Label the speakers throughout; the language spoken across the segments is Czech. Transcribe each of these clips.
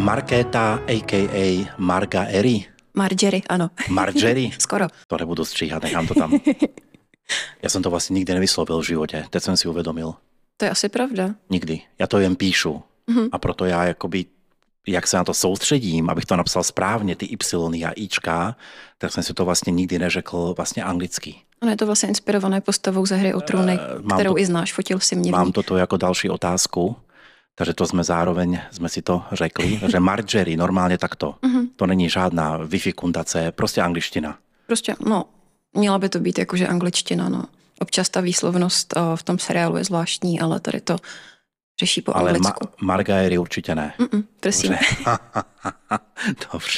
Speaker 1: Markéta, a.k.a. Margaery.
Speaker 2: Margery, ano.
Speaker 1: Margery?
Speaker 2: Skoro.
Speaker 1: To nebudu stříhat, nechám to tam. Já jsem to vlastně nikdy nevyslovil v životě, teď jsem si uvědomil.
Speaker 2: To je asi pravda.
Speaker 1: Nikdy. Já to jen píšu. A proto já jakoby, jak se na to soustředím, abych to napsal správně, ty Y a Ička, tak jsem si to vlastně nikdy neřekl vlastně anglicky.
Speaker 2: Ono je to vlastně inspirované postavou ze Hry o trůny, kterou i znáš, fotil si mě v ní.
Speaker 1: Mám toto jako další otázku, takže to jsme zároveň, jsme si to řekli, že Margery normálně takto. To není žádná vyfikundace, prostě angličtina.
Speaker 2: Prostě, no, měla by to být jakože angličtina, no. Občas ta výslovnost v tom seriálu je zvláštní, ale tady to řeší po anglicku.
Speaker 1: Ale Margaery určitě ne.
Speaker 2: Prosím.
Speaker 1: Dobře. Dobře.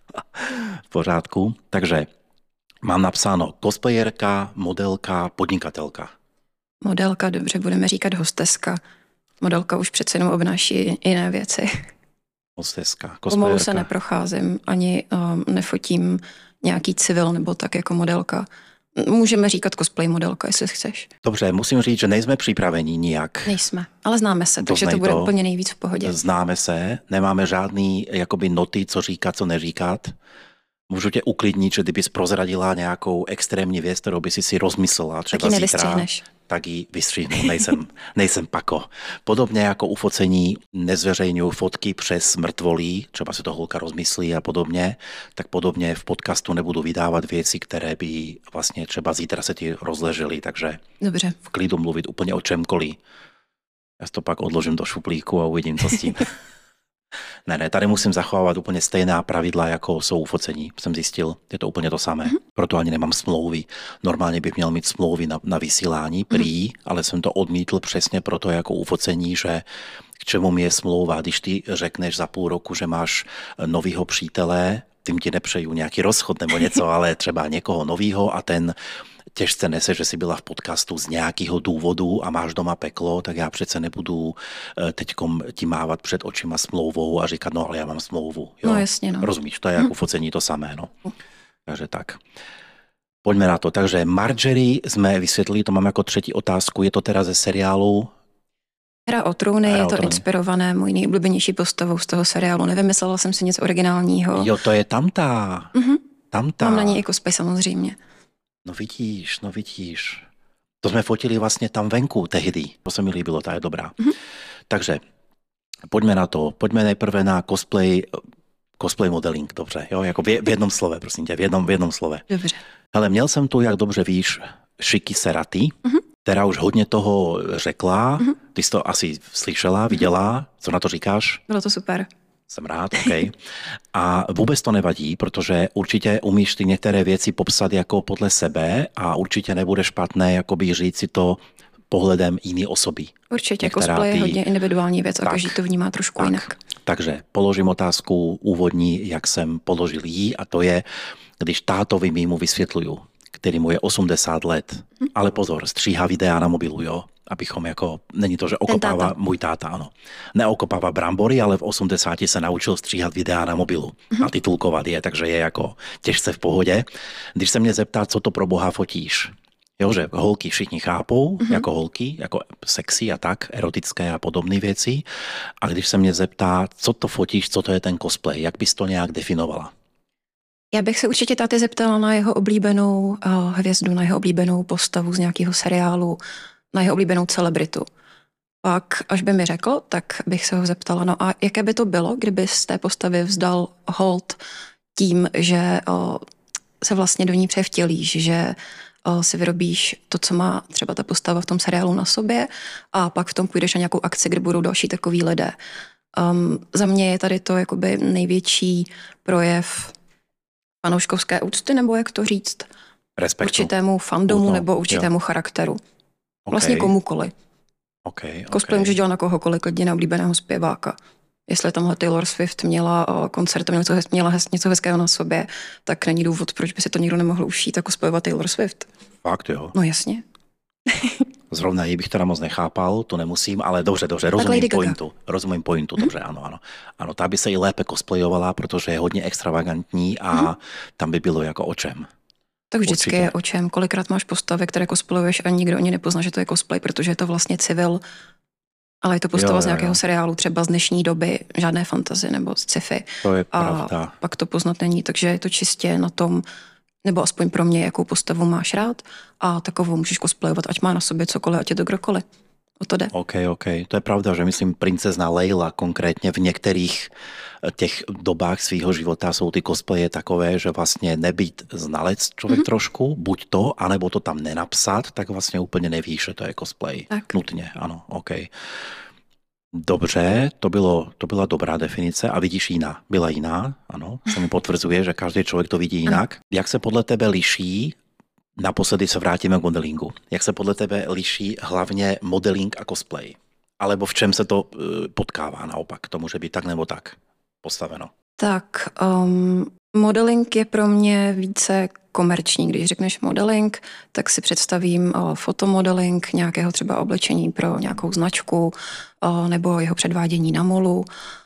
Speaker 1: V pořádku. Takže mám napsáno cosplayerka, modelka, podnikatelka.
Speaker 2: Modelka, dobře, budeme říkat hosteska. Modelka už přece jenom obnáší jiné věci.
Speaker 1: Hosteska,
Speaker 2: Pomalu
Speaker 1: cosplayerka.
Speaker 2: se neprocházím, ani nefotím nějaký civil nebo tak jako modelka. Můžeme říkat cosplay modelka, jestli chceš.
Speaker 1: Dobře, musím říct, že nejsme připraveni nijak.
Speaker 2: Nejsme, ale známe se, takže
Speaker 1: Doznej
Speaker 2: to bude
Speaker 1: to.
Speaker 2: úplně nejvíc v pohodě.
Speaker 1: Známe se, nemáme žádný jakoby noty, co říkat, co neříkat. Můžu tě uklidnit, že kdybys prozradila nějakou extrémní věc, kterou by si rozmyslela třeba
Speaker 2: Tak ji
Speaker 1: zítra,
Speaker 2: nevystřihneš.
Speaker 1: tak ji vystřihnu. Nejsem pako. Podobně jako u focení nezveřejňuju fotky přes mrtvolí, třeba si to holka rozmyslí a podobně, tak podobně v podcastu nebudu vydávat věci, které by vlastně třeba zítra se ti rozležely, takže
Speaker 2: Dobře.
Speaker 1: v klidu mluvit úplně o čemkoliv. Já si to pak odložím do šuplíku a uvidím, co s tím. Ne, tady musím zachovávat úplně stejná pravidla, jako jsou u focení. Jsem zjistil, je to úplně to samé. Proto ani nemám smlouvy. Normálně bych měl mít smlouvy na vysílání, prý, ale jsem to odmítl přesně proto jako u focení, že k čemu mi je smlouva. Když ty řekneš za půl roku, že máš novýho přítele, tím ti nepřeju nějaký rozchod nebo něco, ale třeba někoho novýho a ten těžce nese, že jsi byla v podcastu z nějakého důvodu a máš doma peklo, tak já přece nebudu teďkom ti mávat před očima smlouvou a říkat, no ale já mám smlouvu. Jo?
Speaker 2: No jasně, no.
Speaker 1: Rozumíš, to je jako focení to samé, no. Takže tak. Poďme na to. Takže Margery jsme vysvětlili, to mám jako třetí otázku, je to teda ze seriálu
Speaker 2: Hra o trůny,
Speaker 1: Hra
Speaker 2: je
Speaker 1: o
Speaker 2: to
Speaker 1: trůny.
Speaker 2: inspirované mojí nejoblíbenější postavou z toho seriálu. Nevymyslela jsem si nic originálního.
Speaker 1: Jo, to je tamta. Tamta.
Speaker 2: Mám na ní i cosplay samozřejmě.
Speaker 1: No vidíš. To jsme fotili vlastně tam venku tehdy. To se mi líbilo, ta je dobrá. Takže pojďme na to. Pojďme nejprve na cosplay modeling, dobře. Jo, jako v jednom slove, prosím tě, v jednom slove.
Speaker 2: Dobře.
Speaker 1: Ale měl jsem tu, jak dobře víš, Shiki Serati, která už hodně toho řekla. Ty jsi to asi slyšela, viděla. Co na to říkáš?
Speaker 2: Bylo to super.
Speaker 1: Jsem rád, OK. A vůbec to nevadí, protože určitě umíš ty některé věci popsat jako podle sebe a určitě nebude špatné jakoby říct si to pohledem jiné osoby.
Speaker 2: Určitě,
Speaker 1: Některá
Speaker 2: cosplay je
Speaker 1: ty-
Speaker 2: hodně individuální věc a
Speaker 1: Tak,
Speaker 2: každý to vnímá trošku jinak.
Speaker 1: Takže položím otázku úvodní, jak jsem položil jí, a to je, když tátovi mýmu vysvětluju, který mu je 80 let, ale pozor, stříhá videa na mobilu, jo? Abychom jako, není to, že okopává,
Speaker 2: táta.
Speaker 1: můj táta, ano. Neokopává brambory, ale v 80 se naučil stříhat videa na mobilu a titulkovat je, takže je jako těžce v pohodě. Když se mě zeptá, co to pro boha fotíš, jo, že holky všichni chápou, jako holky, jako sexy a tak, erotické a podobné věci. A když se mě zeptá, co to fotíš, co to je ten cosplay, jak bys to nějak definovala?
Speaker 2: Já bych se určitě táty zeptala na jeho oblíbenou hvězdu, na jeho oblíbenou postavu z nějakého seriálu, na jeho oblíbenou celebritu. Pak, až by mi řekl, tak bych se ho zeptala, no a jaké by to bylo, kdyby z té postavy vzdal hold tím, že se vlastně do ní převtělíš, že si vyrobíš to, co má třeba ta postava v tom seriálu na sobě a pak v tom půjdeš na nějakou akci, kde budou další takový lidé. Za mě je tady to jakoby největší projev fanouškovské úcty, nebo jak to říct,
Speaker 1: Respektu.
Speaker 2: určitému fandomu
Speaker 1: Kultu,
Speaker 2: nebo určitému charakteru. Vlastně komukoli. Cosplay může dělat na kohokoliv, klidně na oblíbeného zpěváka. Jestli tamhle Taylor Swift měla koncert a měla něco hezkého na sobě, tak není důvod, proč by si to nikdo nemohl ušít a cosplayovat Taylor Swift.
Speaker 1: Fakt jo.
Speaker 2: No jasně.
Speaker 1: Zrovna ji bych teda moc nechápal, to nemusím, ale dobře, rozumím pointu, dobře, ano. Ano, ta by se i lépe cosplayovala, protože je hodně extravagantní a tam by bylo jako o čem.
Speaker 2: Tak vždycky
Speaker 1: Určitě.
Speaker 2: je o čem. Kolikrát máš postavy, které cosplayuješ a nikdo ani nepozná, že to je cosplay, protože je to vlastně civil Ale je to postava
Speaker 1: Jo,
Speaker 2: z
Speaker 1: jo,
Speaker 2: nějakého
Speaker 1: jo.
Speaker 2: seriálu, třeba z dnešní doby, žádné fantasy nebo z sci-fi.
Speaker 1: To je
Speaker 2: A
Speaker 1: pravda.
Speaker 2: pak to poznat není, takže je to čistě na tom, nebo aspoň pro mě, jakou postavu máš rád a takovou můžeš cosplayovat, ať má na sobě cokoliv, ať je to kdokoliv. O to jde.
Speaker 1: OK. To je pravda, že myslím princezna Leila konkrétně v některých těch dobách svýho života jsou ty cosplaye takové, že vlastně nebýt znalec člověk trošku, buď to, anebo to tam nenapsat, tak vlastně úplně nevíš, že to je cosplay.
Speaker 2: Tak.
Speaker 1: Nutně, ano, OK. Dobře, to byla dobrá definice a vidíš jiná. Byla jiná, ano, se mi potvrzuje, že každý člověk to vidí jinak. Jak se podle tebe liší, naposledy se vrátíme k modelingu, jak se podle tebe liší hlavně modeling a cosplay? Alebo v čem se to potkává naopak? To může být tak nebo tak postaveno.
Speaker 2: Tak, modeling je pro mě více komerční. Když řekneš modeling, tak si představím fotomodeling nějakého třeba oblečení pro nějakou značku nebo jeho předvádění na molu.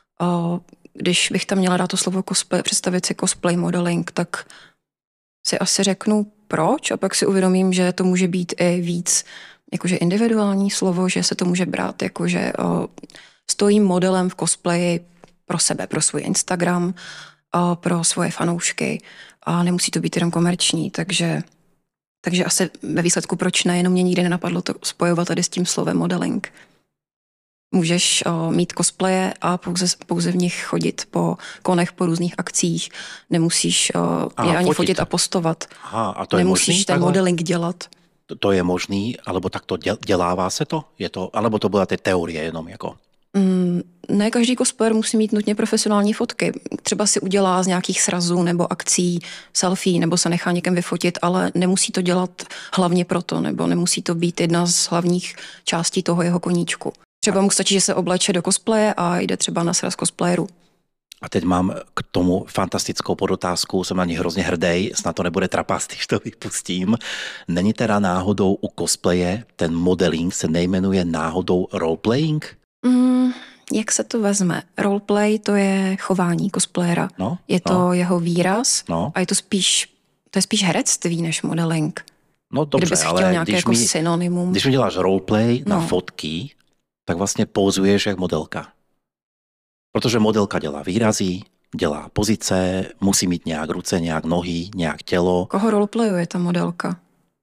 Speaker 2: Když bych tam měla dát to slovo cosplay, představit si cosplay modeling, tak si asi řeknu proč a pak si uvědomím, že to může být i víc jakože individuální slovo, že se to může brát jakože stojím modelem v cosplayi pro sebe, pro svůj Instagram, pro svoje fanoušky a nemusí to být jenom komerční, takže asi ve výsledku proč ne, jenom mě nikdy nenapadlo to spojovat tady s tím slovem modeling. Můžeš mít cosplaye a pouze v nich chodit po konech, po různých akcích. Nemusíš je ani fotit a postovat.
Speaker 1: Aha, a to je
Speaker 2: nemusíš
Speaker 1: možný,
Speaker 2: ten
Speaker 1: takhle?
Speaker 2: modeling dělat.
Speaker 1: To je možný, alebo tak to dělává se to? Je to, alebo to byla ty teorie jenom jako?
Speaker 2: Ne každý cosplayer musí mít nutně profesionální fotky. Třeba si udělá z nějakých srazů nebo akcí selfie nebo se nechá někam vyfotit, ale nemusí to dělat hlavně proto, nebo nemusí to být jedna z hlavních částí toho jeho koníčku. Třeba mu stačí, že se obleče do cosplaye a jde třeba na sraz cosplayerů.
Speaker 1: A teď mám k tomu fantastickou podotázku, jsem na ní hrozně hrdý, snad to nebude trapas, když to vypustím. Není teda náhodou u cosplaye ten modeling se nejmenuje náhodou roleplaying?
Speaker 2: Jak se to vezme? Roleplay to je chování cosplayera.
Speaker 1: No,
Speaker 2: je to jeho výraz a je to spíš herectví než modeling.
Speaker 1: No dobře,
Speaker 2: Kdybys chtěl
Speaker 1: ale
Speaker 2: nějaké jako synonymum.
Speaker 1: Když mi děláš roleplay na fotky, tak vlastně pouzuješ jak modelka. Protože modelka dělá výrazy, dělá pozice, musí mít nějak ruce, nějak nohy, nějak tělo.
Speaker 2: Koho roleplayuje ta modelka?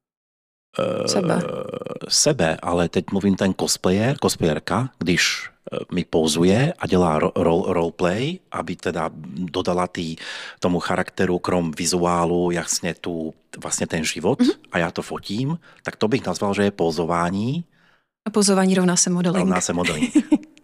Speaker 1: Sebe, ale teď mluvím ten cosplayerka, když mi pouzuje a dělá roleplay, aby teda dodala tomu charakteru krom vizuálu jasně vlastně ten život a já to fotím, tak to bych nazval, že je pouzování.
Speaker 2: A pouzování rovná se modeling.
Speaker 1: Rovná se modeling.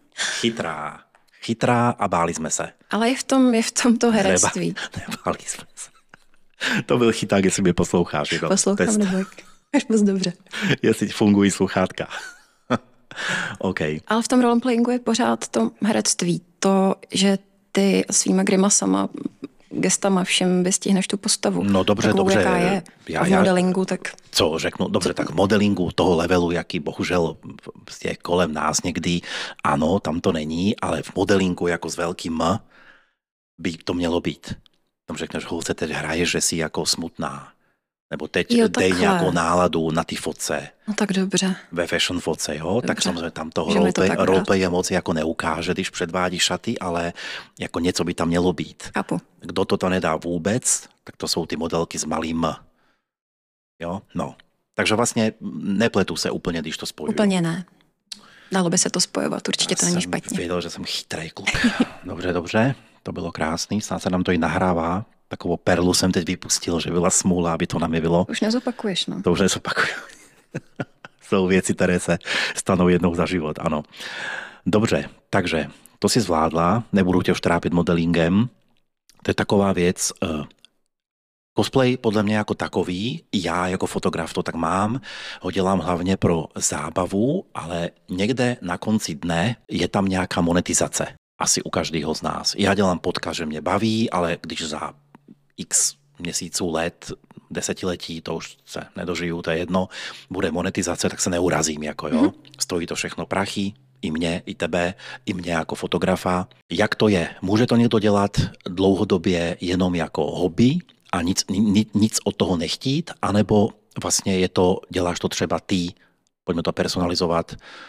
Speaker 1: Chytrá a báli jsme se.
Speaker 2: Ale je v tom to herectví.
Speaker 1: Nebáli jsme se. To byl chyták, jestli mě posloucháš. Jako
Speaker 2: poslouchám, nebo až moc dobře.
Speaker 1: Jestli fungují sluchátka. OK.
Speaker 2: Ale v tom roleplayingu je pořád to herectví. To, že ty svýma grimasama, gestama všem vystihneš tu postavu.
Speaker 1: No dobře,
Speaker 2: takovou,
Speaker 1: dobře.
Speaker 2: Jaká je. A v modelingu tak...
Speaker 1: Co řeknu? Dobře, tak v modelingu toho levelu, jaký bohužel je kolem nás někdy, ano, tam to není, ale v modelingu jako s velkým M by to mělo být. Tam řekneš, holce, teď hraješ, že jsi jako smutná. Nebo teď dej nějakou náladu na ty fotce.
Speaker 2: No tak dobře.
Speaker 1: Ve fashion fotce, jo? Dobře. Tak samozřejmě tam toho roleplay je moc jako neukáže, když předvádí šaty, ale jako něco by tam mělo být.
Speaker 2: Chápu.
Speaker 1: Kdo to nedá vůbec, tak to jsou ty modelky s malým M. Jo? No. Takže vlastně nepletu se úplně, když to spojuju.
Speaker 2: Úplně ne. Dalo by se to spojovat, určitě to není špatně.
Speaker 1: Já jsem věděl, že jsem chytrý kluk. Dobře. To bylo krásný, snad se nám to i nahrává. Takovou perlu jsem teď vypustil, že byla smůla, aby to na mě bylo.
Speaker 2: Už nezopakuješ, no.
Speaker 1: To už nezopakuju. Jsou věci, které se stanou jednou za život, ano. Dobře, takže to si zvládla, nebudu tě už trápit modelingem. To je taková věc. Cosplay podle mě jako takový, já jako fotograf to tak mám, ho dělám hlavně pro zábavu, ale někde na konci dne je tam nějaká monetizace. Asi u každého z nás. Já dělám podcast, že mě baví, ale když za x měsíců, let, desetiletí, to už se nedožiju, to je jedno, bude monetizace, tak se neurazím, jako jo. Stojí to všechno prachy, i mě, i tebe, i mě jako fotografa. Jak to je? Může to někdo dělat dlouhodobě jenom jako hobby a nic od toho nechtít, anebo vlastně děláš to třeba ty, pojďme to personalizovat,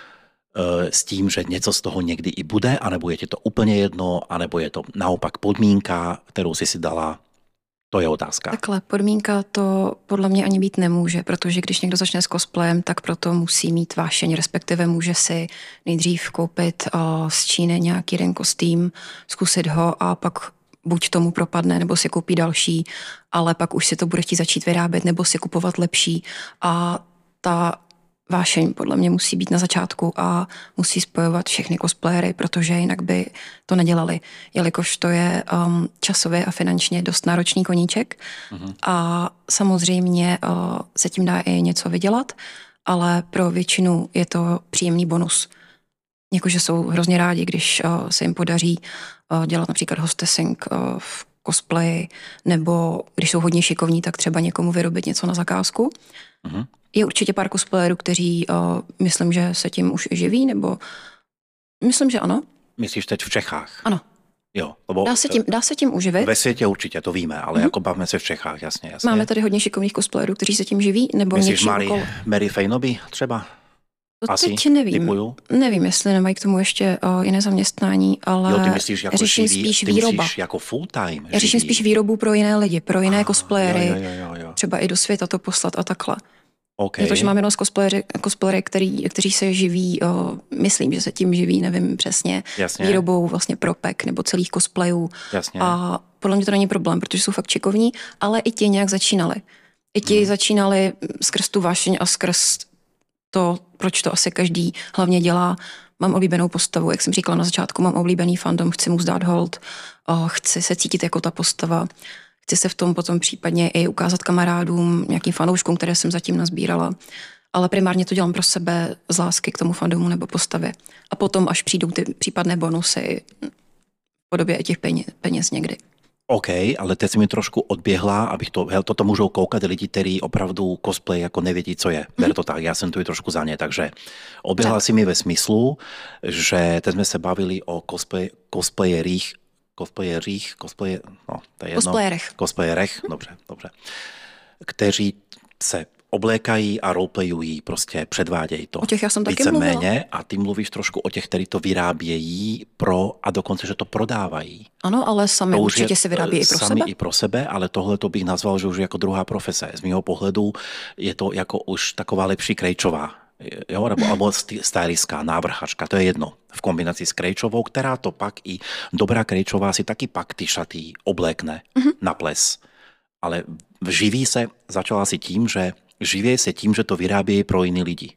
Speaker 1: s tím, že něco z toho někdy i bude, anebo je ti to úplně jedno, anebo je to naopak podmínka, kterou jsi si dala. To je otázka.
Speaker 2: Takhle, podmínka to podle mě ani být nemůže, protože když někdo začne s cosplayem, tak proto musí mít vášeň, respektive může si nejdřív koupit z Číny nějaký jeden kostým, zkusit ho a pak buď tomu propadne, nebo si koupí další, ale pak už si to bude chtít začít vyrábět, nebo si kupovat lepší. A ta vášeň podle mě musí být na začátku a musí spojovat všechny cosplayery, protože jinak by to nedělali, jelikož to je časově a finančně dost náročný koníček a samozřejmě se tím dá i něco vydělat, ale pro většinu je to příjemný bonus. Jakože jsou hrozně rádi, když se jim podaří dělat například hostessing v cosplayi, nebo když jsou hodně šikovní, tak třeba někomu vyrobit něco na zakázku. Je určitě pár cosplayerů, kteří myslím, že se tím už živí, nebo myslím, že ano.
Speaker 1: Myslíš teď v Čechách?
Speaker 2: Ano.
Speaker 1: Jo, lebo
Speaker 2: dá se tím uživit.
Speaker 1: Ve světě určitě, to víme, ale jako bavíme se v Čechách, jasně.
Speaker 2: Máme tady hodně šikovných cosplayerů, kteří se tím živí, nebo
Speaker 1: myslíš Mary Fejnoby třeba?
Speaker 2: To
Speaker 1: asi
Speaker 2: teď nevím.
Speaker 1: Typuju?
Speaker 2: Nevím, jestli nemají k tomu ještě jiné zaměstnání, ale
Speaker 1: jo, ty myslíš jako
Speaker 2: řeším spíš výroba.
Speaker 1: Myslíš jako full time?
Speaker 2: Já řeším spíš výrobu pro jiné lidi, pro jiné cosplayery,
Speaker 1: jo.
Speaker 2: třeba i do světa to poslat a takhle.
Speaker 1: Okay.
Speaker 2: Protože mám jenom cosplayery, kteří se živí, myslím, že se tím živí, nevím přesně,
Speaker 1: jasně.
Speaker 2: Výrobou vlastně propek nebo celých cosplayů.
Speaker 1: Jasně.
Speaker 2: A podle mě to není problém, protože jsou fakt šikovní, ale i ti nějak začínali. I ti začínali skrz tu vášeň a skrz to, proč to asi každý hlavně dělá. Mám oblíbenou postavu, jak jsem říkala na začátku, mám oblíbený fandom, chci mu vzdát hold, chci se cítit jako ta postava. Chci se v tom potom případně i ukázat kamarádům, nějakým fanouškům, které jsem zatím nazbírala. Ale primárně to dělám pro sebe z lásky k tomu fandomu nebo postavě. A potom, až přijdou ty případné bonusy v podobě i těch peněz někdy.
Speaker 1: OK, ale teď si mi trošku odběhla, abych toto můžou koukat lidi, kteří opravdu cosplay jako nevědí, co je. Ber to tak, já jsem tu trošku za ně, takže odběhla si mi ve smyslu, že teď jsme se bavili o cosplayerích, cosplayerech, dobře, kteří se oblékají a roleplayují, prostě předvádějí to.
Speaker 2: O těch já jsem taky mluvila.
Speaker 1: A ty mluvíš trošku o těch, kteří to vyrábějí a dokonce, že to prodávají.
Speaker 2: Ano, ale sami to určitě si vyrábějí i pro sebe.
Speaker 1: Sami i pro sebe, ale tohle to bych nazval, že už jako druhá profese. Z mého pohledu je to jako už taková lepší krejčová. Jo, alebo stylistka, návrhačka, to je jedno. V kombinaci s krejčovou, která to pak i dobrá krejčová si taky pak ty šaty oblékne na ples. Ale začala si tím, že živí se tím, že to vyrábějí pro jiný lidi.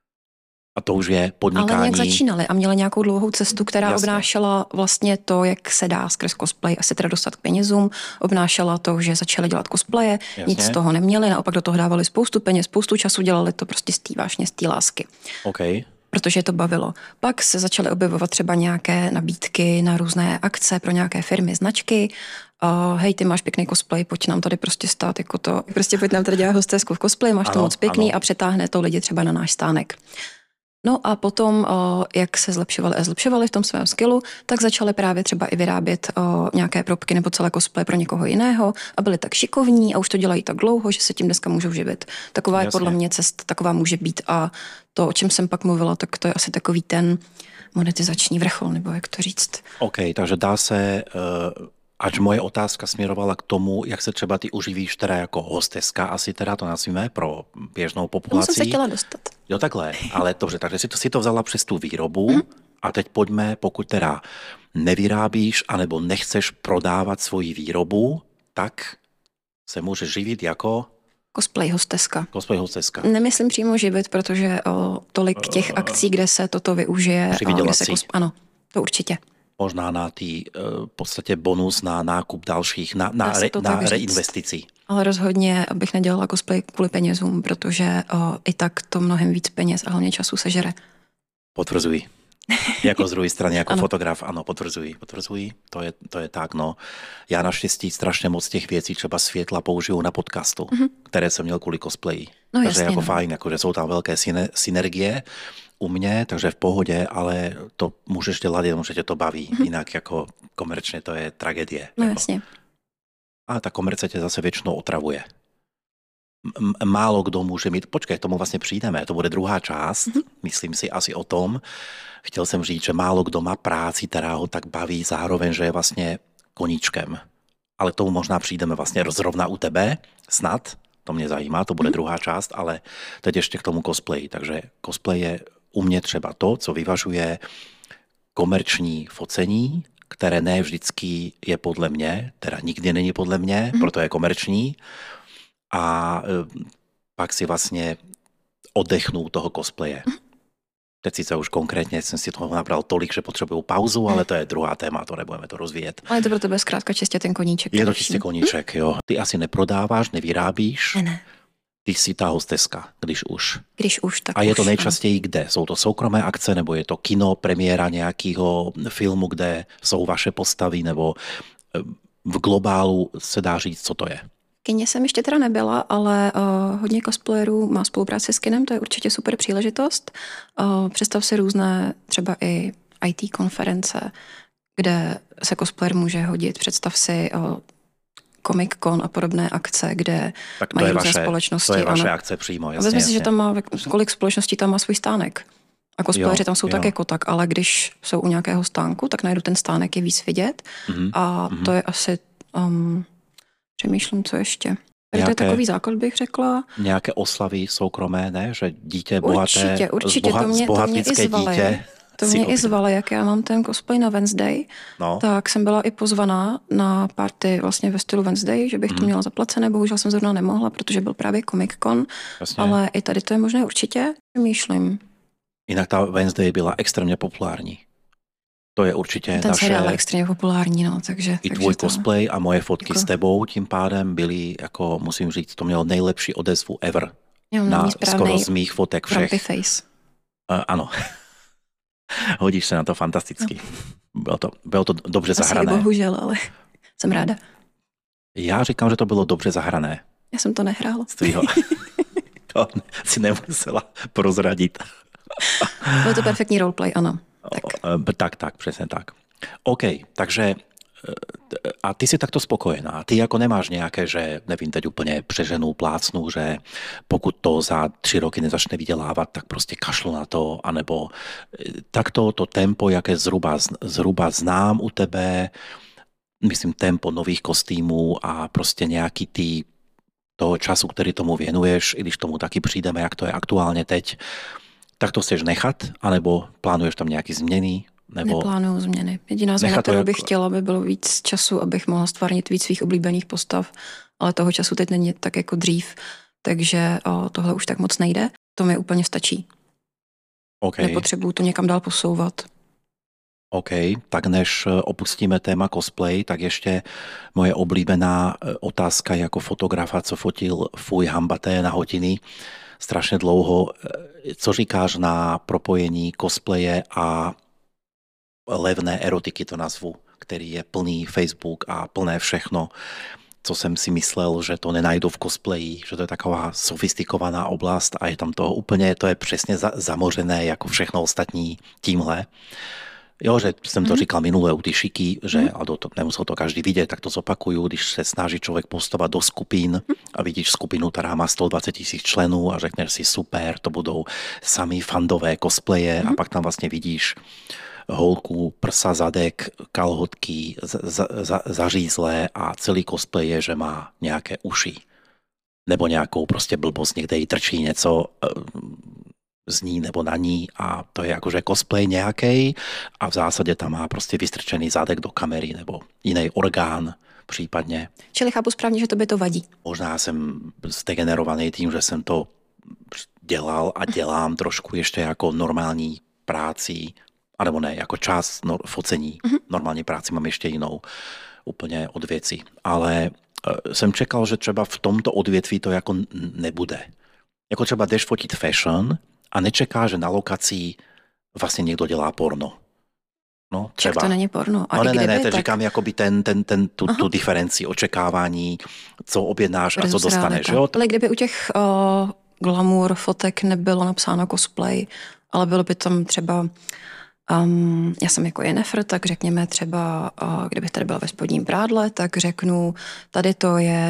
Speaker 1: A to už je podnikání.
Speaker 2: Ale nějak začínali a měli nějakou dlouhou cestu, která obnášela vlastně to, jak se dá skrz cosplay asi teda dostat k penězům. Obnášela to, že začali dělat cosplaye, nic z toho neměli, naopak do toho dávali spoustu peněz, spoustu času, dělali to prostě z té vášně, z té lásky.
Speaker 1: Okay.
Speaker 2: Protože je to bavilo. Pak se začaly objevovat třeba nějaké nabídky na různé akce pro nějaké firmy, značky. Hej, ty máš pěkný cosplay, pojď nám tady prostě stát jako to. Prostě pojď nám tady dělat hostesku v cosplay, máš to moc pěkný a přetáhne to lidi třeba na náš stánek. No a potom, jak se zlepšovali v tom svém skillu, tak začali právě třeba i vyrábět nějaké propky nebo celé cosplay pro někoho jiného a byli tak šikovní a už to dělají tak dlouho, že se tím dneska můžou živit. Taková je podle mě cesta, taková může být a to, o čem jsem pak mluvila, tak to je asi takový ten monetizační vrchol, nebo jak to říct.
Speaker 1: OK, takže dá se... Ač moje otázka směrovala k tomu, jak se třeba ty uživíš teda jako hosteska, asi teda to nazvíme pro běžnou populaci.
Speaker 2: Tomu jsem se chtěla dostat.
Speaker 1: Jo, takhle, ale dobře, takže si to vzala přes tu výrobu a teď pojďme, pokud teda nevyrábíš anebo nechceš prodávat svoji výrobu, tak se můžeš živit jako...
Speaker 2: Cosplay hosteska.
Speaker 1: Cosplay hosteska.
Speaker 2: Nemyslím přímo živit, protože tolik těch akcí, kde se toto využije. Ano, to určitě.
Speaker 1: Možná na ty v podstatě bonus na nákup dalších, na reinvestici.
Speaker 2: Ale rozhodně bych nedělala cosplay kvůli penězům, protože i tak to mnohem víc peněz a hlavně času sežere.
Speaker 1: Potvrzuji. Jako z druhé strany, jako fotograf, ano, potvrzuji. To je tak, no. Já naštěstí strašně moc těch věcí, třeba světla použiju na podcastu, které jsem měl kvůli cosplayi.
Speaker 2: No,
Speaker 1: takže
Speaker 2: jasně,
Speaker 1: jako fajn, jako, že jsou tam velké synergie u mě, takže v pohodě, ale to můžeš dělat jenom, že tě to baví. Jinak jako komerčně to je tragédie.
Speaker 2: No
Speaker 1: jako.
Speaker 2: jasně.
Speaker 1: A ta komerce tě zase většinou otravuje. málo kdo může mít, počkej, tomu vlastně přijdeme, to bude druhá část, myslím si asi o tom. Chtěl jsem říct, že málo kdo má práci, která ho tak baví, zároveň, že je vlastně koníčkem. Ale tomu možná přijdeme vlastně zrovna u tebe, snad, to mě zajímá, to bude druhá část, ale teď ještě k tomu cosplay. Takže cosplay je u mě třeba to, co vyvažuje komerční focení, které ne vždycky je podle mě, teda nikdy není podle mě, proto je komerční. A pak si vlastně oddechnu toho cosplaye. Teď sice už konkrétně jsem si toho nabral tolik, že potřebuju pauzu, ale to je druhá téma, to nebudeme to rozvíjet.
Speaker 2: Ale je to pro tebe zkrátka čistě ten koníček.
Speaker 1: Je to čistě koníček, jo. Ty asi neprodáváš, nevyrábíš.
Speaker 2: Ne.
Speaker 1: Ty jsi ta hosteska, když už.
Speaker 2: Když už, tak
Speaker 1: a je to
Speaker 2: už,
Speaker 1: nejčastěji kde? Jsou to soukromé akce, nebo je to kino, premiéra nějakého filmu, kde jsou vaše postavy, nebo v globálu se dá říct, co to je?
Speaker 2: Kyně jsem ještě teda nebyla, ale hodně cosplayerů má spolupráci s kinem, to je určitě super příležitost. Představ si různé třeba i IT konference, kde se cosplayer může hodit. Představ si Comic-Con a podobné akce, kde
Speaker 1: tak
Speaker 2: mají různé společnosti.
Speaker 1: To je vaše akce přímo, jasně.
Speaker 2: Vezmi si, že tam má, kolik společností tam má svůj stánek. A cosplayeri tam jsou tak jako tak, ale když jsou u nějakého stánku, tak najdu ten stánek je víc vidět. A to je asi... přemýšlím, co ještě. To je takový základ, bych řekla.
Speaker 1: Nějaké oslavy soukromé, ne? Že dítě bohaté,
Speaker 2: určitě,
Speaker 1: zbohatnické dítě.
Speaker 2: To mě i zvali, jak já mám ten cosplay na Wednesday, tak jsem byla i pozvaná na party vlastně ve stylu Wednesday, že bych to měla zaplacené, bohužel jsem zrovna nemohla, protože byl právě Comic-Con, ale i tady to je možné určitě, přemýšlím.
Speaker 1: Jinak ta Wednesday byla extrémně populární. To je určitě
Speaker 2: ten seriál je extrémně populární, no, takže...
Speaker 1: I tvůj cosplay a moje fotky s tebou tím pádem byly, jako musím říct, to mělo nejlepší odezvu ever. Na skoro z mých fotek všech.
Speaker 2: Face.
Speaker 1: Ano. Hodíš se na to fantasticky. No. Bylo to dobře zahrané.
Speaker 2: Asi bohužel, ale jsem ráda.
Speaker 1: Já říkám, že to bylo dobře zahrané.
Speaker 2: Já jsem to nehrála.
Speaker 1: To si nemusela prozradit.
Speaker 2: Bylo to perfektní roleplay, ano.
Speaker 1: Tak, přesně tak. OK, takže a ty si takto spokojená. Ty jako nemáš nějaké, že nevím, teď úplně přeženou, plácnu, že pokud to za 3 roky nezačne vydělávat, tak prostě kašlu na to, anebo takto to tempo, jaké zhruba znám u tebe, myslím tempo nových kostýmů a prostě nějaký toho času, který tomu věnuješ, i když tomu taky přijdeme, jak to je aktuálně teď, tak to chceš nechat, anebo plánuješ tam nějaké změny? Nebo...
Speaker 2: Neplánuju změny. Jediná změna, kterou bych chtěla, by bylo víc času, abych mohla stvárnit víc svých oblíbených postav, ale toho času teď není tak jako dřív, takže tohle už tak moc nejde. To mi úplně stačí.
Speaker 1: Okay.
Speaker 2: Nepotřebuju to někam dál posouvat.
Speaker 1: OK, tak než opustíme téma cosplay, tak ještě moje oblíbená otázka jako fotografa, co fotil Fuj Hambaté na hodiny strašně dlouho. Co říkáš na propojení cosplaye a levné erotiky, to nazvu, který je plný Facebook a plné všechno, co jsem si myslel, že to nenajdu v cosplayi, že to je taková sofistikovaná oblast a je tam to úplně, to je přesně zamořené jako všechno ostatní tímhle. Jo, že jsem to říkal minule u ty šiky, že a to nemusel to každý vidět, tak to zopakuju, když se snaží člověk postovat do skupín a vidíš skupinu, která má 120 000 členů a řekneš si super, to budou sami fandové cosplaye a pak tam vlastně vidíš holku, prsa, zadek, kalhotky, zařízlé a celý cosplay je, že má nějaké uši. Nebo nějakou prostě blbost, někde jí trčí něco z ní nebo na ní a to je jakože cosplay nějaký a v zásadě tam má prostě vystrčený zadek do kamery nebo jiný orgán případně.
Speaker 2: Čili chápu správně, že tobě to vadí.
Speaker 1: Možná jsem zdegenerovaný tím, že jsem to dělal a dělám trošku ještě jako normální práci, anebo ne, jako část focení. Normální práci mám ještě jinou, úplně od věci. Ale jsem čekal, že třeba v tomto odvětví to jako nebude. Jako třeba jdeš fotit fashion a nečeká, že na lokaci vlastně někdo dělá porno. No, třeba.
Speaker 2: Tak to není porno. A
Speaker 1: no, ne,
Speaker 2: tak...
Speaker 1: říkám jakoby tu diferenci, očekávání, co objednáš a co dostaneš. Jo?
Speaker 2: Ale kdyby u těch glamour fotek nebylo napsáno cosplay, ale bylo by tam třeba já jsem jako Jennifer, tak řekněme třeba, kdybych tady byla ve spodním prádle, tak řeknu, tady to je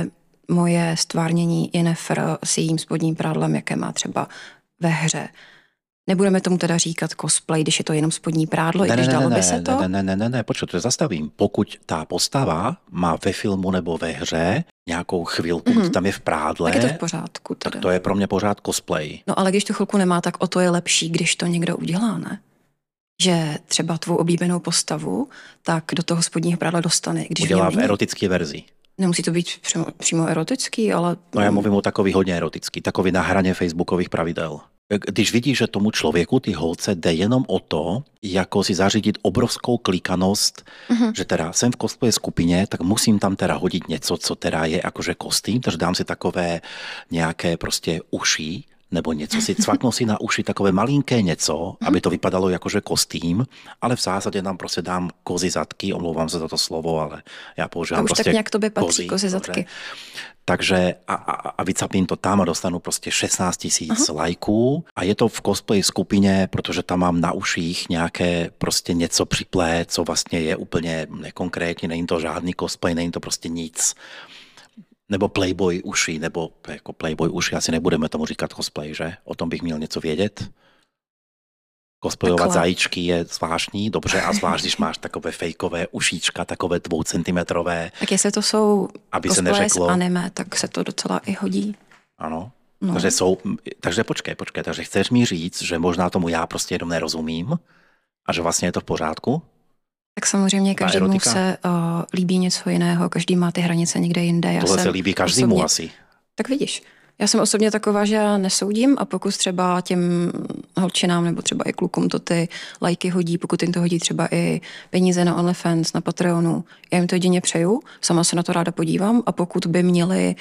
Speaker 2: moje stvárnění Yennefer s jejím spodním prádlem, jaké má třeba ve hře. Nebudeme tomu teda říkat cosplay, když je to jenom spodní prádlo, i když dalo by se to?
Speaker 1: Ne, počkej, to zastavím. Pokud tá postava má ve filmu nebo ve hře nějakou chvilku, kdy tam je v prádle,
Speaker 2: tak je to v pořádku. Teda.
Speaker 1: Tak to je pro mě pořád cosplay.
Speaker 2: No ale když tu chvilku nemá, tak o to je lepší, když to někdo udělá, ne? Že třeba tvou oblíbenou postavu, tak do toho spodního prádla dostane. Když
Speaker 1: udělá v erotické verzi.
Speaker 2: Nemusí to být přímo erotický, ale...
Speaker 1: No já mluvím o takový hodně erotický, takový na hraně facebookových pravidel. Když vidíš, že tomu člověku, ty holce, jde jenom o to, jako si zařídit obrovskou klikanost, že teda jsem v cosplay skupině, tak musím tam teda hodit něco, co teda je akože kostým, takže dám si takové nějaké prostě uši, nebo něco si cvaknu si na uši takové malinké něco, aby to vypadalo jakože kostým, ale v zásadě tam prostě dám kozy zadky, omlouvám se za to slovo, ale já používám prostě
Speaker 2: tak nějak tobě patří kozy zadky.
Speaker 1: Takže a vycapím to tam a dostanu prostě 16 000 lajků a je to v cosplay skupině, protože tam mám na uších nějaké prostě něco připlé, co vlastně je úplně nekonkrétní, není to žádný cosplay, není to prostě nic. Nebo Playboy uši, nebo jako Playboy uši, asi nebudeme tomu říkat cosplay, že? O tom bych měl něco vědět. Cosplayovat zajíčky je zvláštní, dobře, a zvlášť, když máš takové fejkové ušíčka, takové 2centimetrové.
Speaker 2: Tak jestli to jsou
Speaker 1: aby se neřeklo,
Speaker 2: z anime, tak se to docela i hodí.
Speaker 1: Ano. No. Takže počkej, takže chceš mi říct, že možná tomu já prostě jenom nerozumím a že vlastně je to v pořádku?
Speaker 2: Tak samozřejmě každému se líbí něco jiného, každý má ty hranice někde jinde.
Speaker 1: Tohle se líbí každému asi.
Speaker 2: Tak vidíš, já jsem osobně taková, že já nesoudím a pokud třeba těm holčinám nebo třeba i klukům to ty lajky hodí, pokud jim to hodí třeba i peníze na OnlyFans, na Patreonu, já jim to jedině přeju, sama se na to ráda podívám a pokud by měli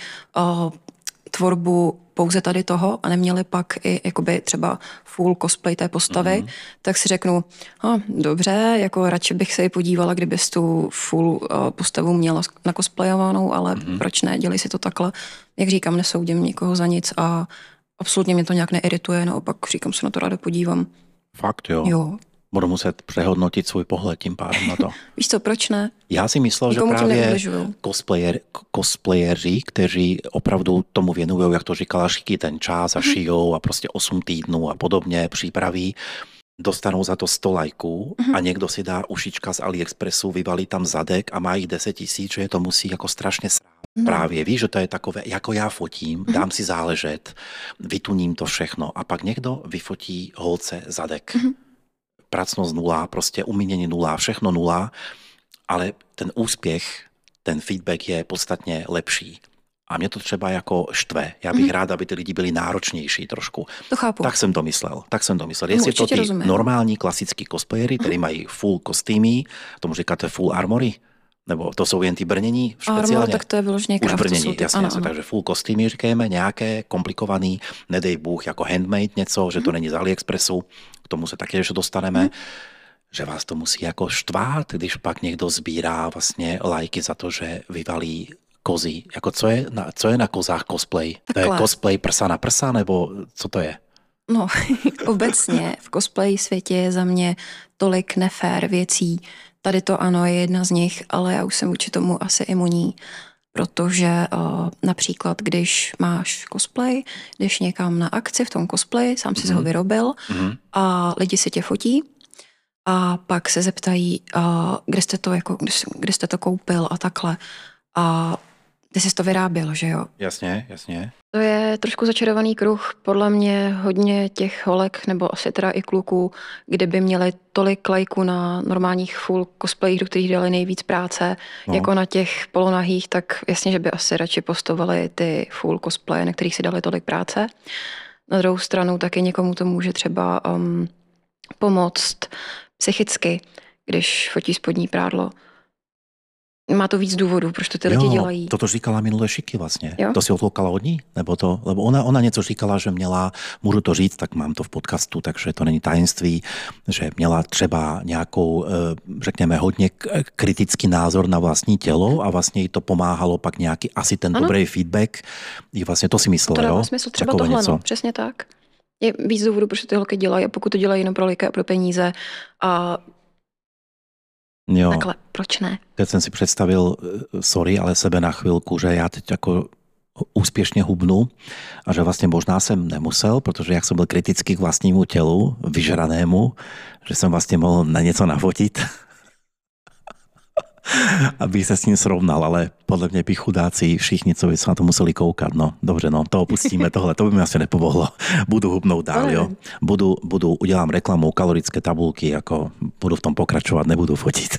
Speaker 2: tvorbu pouze tady toho a neměli pak i jakoby třeba full cosplay té postavy, tak si řeknu, dobře, jako radši bych se i podívala, kdybys tu full postavu měla nakosplayovanou, ale proč ne, dělej si to takhle. Jak říkám, nesoudím nikoho za nic a absolutně mě to nějak neirituje, naopak říkám, se na to ráda podívám.
Speaker 1: Fakt jo?
Speaker 2: Jo.
Speaker 1: Budu muset přehodnotit svůj pohled tím pádem na to.
Speaker 2: Víš co, proč ne?
Speaker 1: Já si myslel, že právě cosplayeři, kteří opravdu tomu věnují, jak to říkala Šiky, ten čas a šijou a prostě 8 týdnů a podobně přípraví, dostanou za to 100 lajků a někdo si dá ušička z AliExpressu, vyvalí tam zadek a má jich 10 000, že je to musí jako strašně Právě, víš, že to je takové, jako já fotím, dám si záležet, vytuním to všechno a pak někdo vyfotí holce zadek. Pracnost nula, prostě umínění nula, všechno nula, ale ten úspěch, ten feedback je podstatně lepší. A mě to třeba jako štve. Já bych rád, aby ty lidi byli náročnější trošku.
Speaker 2: To chápu.
Speaker 1: Tak jsem to myslel. Jestli to ty normální klasický cosplayery, který mají full kostýmy, tomu říkáte full armory, nebo to jsou jen ty brnění speciálně?
Speaker 2: Armor, tak to je vyloženě
Speaker 1: už brnění, jasně, takže full kostýmy, říkáme, nějaké komplikovaný, nedej Bůh, jako handmade něco, že to není z AliExpressu, k tomu se taky ještě dostaneme, že vás to musí jako štvát, když pak někdo sbírá vlastně lajky za to, že vyvalí kozy. Jako co je na kozách cosplay?
Speaker 2: Takhle.
Speaker 1: To je cosplay prsa na prsa, nebo co to je?
Speaker 2: No, obecně v cosplay světě je za mě tolik nefér věcí. Tady to ano, je jedna z nich, ale já už jsem vůči tomu asi imunní, protože například, když máš cosplay, jdeš někam na akci v tom cosplay, sám si ho vyrobil a lidi si tě fotí a pak se zeptají, kde jste to koupil a takhle. A ty jsi to vyráběl, že jo?
Speaker 1: Jasně.
Speaker 2: To je trošku začarovaný kruh. Podle mě hodně těch holek, nebo asi teda i kluků, kdyby měli tolik lajků na normálních full cosplayích, do kterých dali nejvíc práce, jako na těch polonahých, tak jasně, že by asi radši postovali ty full cosplaye, na kterých si dali tolik práce. Na druhou stranu taky někomu to může třeba pomoct psychicky, když fotí spodní prádlo. Má to víc důvodů, proč to ty lidi dělají.
Speaker 1: Toto říkala minule Šiky vlastně.
Speaker 2: Jo?
Speaker 1: To si odloukala od ní? Lebo ona něco říkala, že měla, můžu to říct, tak mám to v podcastu, takže to není tajemství, že měla třeba nějakou, řekněme, hodně kritický názor na vlastní tělo a vlastně jí to pomáhalo pak nějaký asi ten dobrý feedback. I vlastně to si myslela,
Speaker 2: to
Speaker 1: jo?
Speaker 2: To dává smysl, třeba tohle, no, přesně tak. Je víc důvodů, proč ty holky dělají a pokud to dělají jenom pro lajky a pro peníze a
Speaker 1: jo.
Speaker 2: Takhle, proč ne?
Speaker 1: Teď jsem si představil, sorry, ale sebe na chvilku, že já teď jako úspěšně hubnu a že vlastně možná jsem nemusel, protože jak jsem byl kritický k vlastnímu tělu, vyžranému, že jsem vlastně mohl na něco nafotit, aby se s ním srovnal, ale podle mě by chudáci všichni, co by se na to museli koukat. No, dobře, no, to opustíme tohle, to by mi asi nepomohlo. Budu hubnout dál, jo. Udělám reklamu, kalorické tabulky, jako budu v tom pokračovat, nebudu fotit.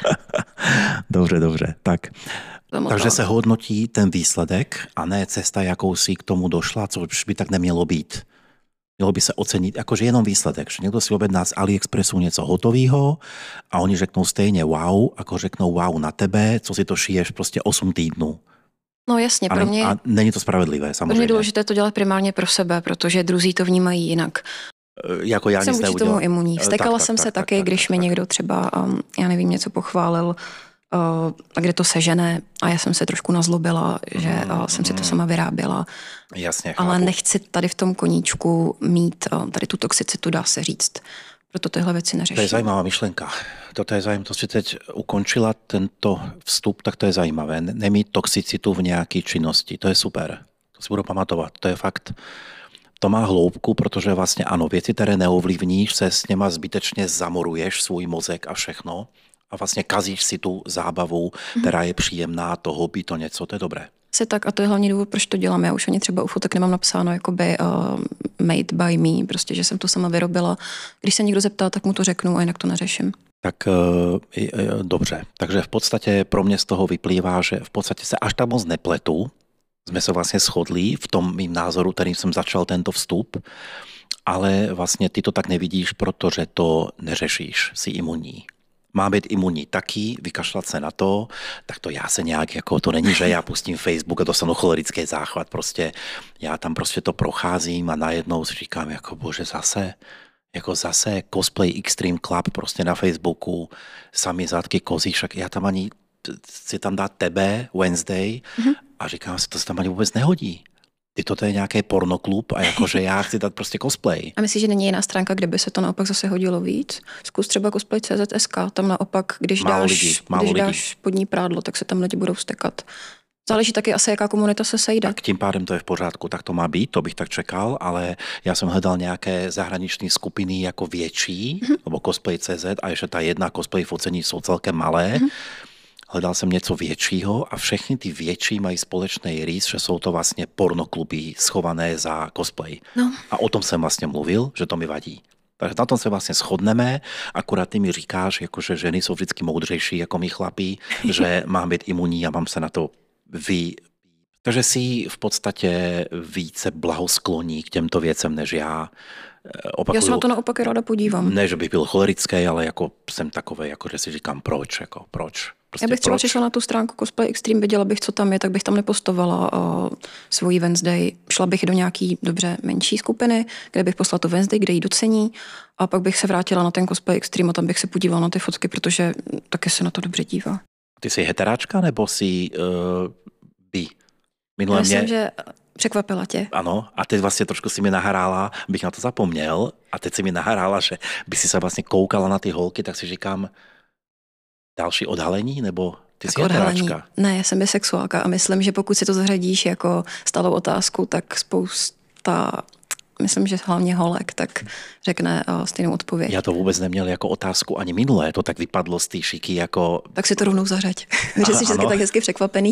Speaker 1: Dobře, tak. Takže se hodnotí ten výsledek a ne cesta, jakou si k tomu došla, což by tak nemělo být. Mělo by se ocenit jakože jenom výsledek, že někdo si objedná z AliExpressu něco hotového a oni řeknou stejně wow, jako řeknou wow na tebe, co si to šiješ prostě 8 týdnů.
Speaker 2: No jasně, pro mě...
Speaker 1: A není to spravedlivé, samozřejmě.
Speaker 2: Pro mě je důležité to dělat primárně pro sebe, protože druzí to vnímají jinak.
Speaker 1: Jako já
Speaker 2: jsem
Speaker 1: nic
Speaker 2: vůči tomu imunní. Vstekala jsem se taky, když mi někdo třeba, já nevím, něco pochválil, a kde to sežene a já jsem se trošku nazlobila, že jsem si to sama vyráběla.
Speaker 1: Jasně, chápu.
Speaker 2: Ale nechci tady v tom koníčku mít tady tu toxicitu, dá se říct. Proto tyhle věci neřeším.
Speaker 1: To je zajímavá myšlenka. To si teď ukončila tento vstup, tak to je zajímavé. Nemít toxicitu v nějaké činnosti. To je super. To si budu pamatovat. To je fakt. To má hloubku, protože vlastně ano, věci, které neovlivníš, se s něma zbytečně zamoruješ svůj mozek a všechno. A vlastně kazíš si tu zábavu, která je příjemná, toho by to něco, to je dobré.
Speaker 2: Tak a to je hlavní důvod, proč to dělám. Já už ani třeba u fotek nemám napsáno jakoby made by me, prostě, že jsem to sama vyrobila. Když se někdo zeptá, tak mu to řeknu a jinak to neřeším.
Speaker 1: Tak dobře. Takže v podstatě pro mě z toho vyplývá, že v podstatě se až tak moc nepletu. Jsme se vlastně shodli v tom mým názoru, kterým jsem začal tento vstup, ale vlastně ty to tak nevidíš, protože to neřešíš, jsi imunní. Má být imunní taky, vykašlat se na to, tak to já se nějak, jako to není, že já pustím Facebook a dostanu cholerický záchvat, prostě já tam prostě to procházím a najednou si říkám, jako bože zase cosplay Extreme Club prostě na Facebooku, sami zadky kozy, však já tam ani si tam dát tebe Wednesday a říkám si, to se tam ani vůbec nehodí. To je nějaký pornoklub a jakože já chci dát prostě cosplay.
Speaker 2: A myslíš, že není jiná stránka, kde by se to naopak zase hodilo víc? Zkus třeba cosplay.cz.sk, tam naopak, když dáš spodní prádlo, tak se tam lidi budou stekat. Záleží taky asi, jaká komunita se sejde.
Speaker 1: Tak tím pádem to je v pořádku, tak to má být, to bych tak čekal, ale já jsem hledal nějaké zahraniční skupiny jako větší, nebo cosplay.cz a ještě ta jedna cosplay focení jsou celkem malé. Hledal jsem něco většího a všechny ty větší mají společný rys, že jsou to vlastně pornokluby schované za cosplay.
Speaker 2: No.
Speaker 1: A o tom jsem vlastně mluvil, že to mi vadí. Takže na tom se vlastně shodneme, akorát ty mi říkáš, jako, že ženy jsou vždycky moudřejší jako my chlapí, že mám být imunní a mám se na to Takže si v podstatě více blahoskloní k těmto věcem, než já. Opakuju,
Speaker 2: já se na to naopak ráda podívám.
Speaker 1: Ne, že bych byl cholerický, ale jako jsem takovej, jako že si říkám proč. Prostě
Speaker 2: já bych třeba přišla na tu stránku Cosplay Extreme, viděla bych, co tam je, tak bych tam nepostovala svoji Wednesday. Šla bych do nějaký dobře menší skupiny, kde bych poslala tu Wednesday, kde ji docení a pak bych se vrátila na ten Cosplay Extreme a tam bych se podívala na ty fotky, protože taky se na to dobře dívá.
Speaker 1: Ty jsi heteráčka nebo jsi bi?
Speaker 2: Já myslím, že překvapila tě.
Speaker 1: Ano, a teď vlastně trošku si mi nahrála, bych na to zapomněl, a teď si mi nahrála, že by si se vlastně koukala na ty holky, tak si říkám, další odhalení, nebo ty jsi heteráčka?
Speaker 2: Ne, já jsem bisexuálka a myslím, že pokud si to zařadíš jako stálou otázku, tak spousta, myslím, že hlavně holek, tak řekne stejnou odpověď.
Speaker 1: Já to vůbec neměl jako otázku ani minulé, to tak vypadlo z té šiky jako...
Speaker 2: Tak si to rovnou zařaď, že jsi vždycky tak hezky překvapený.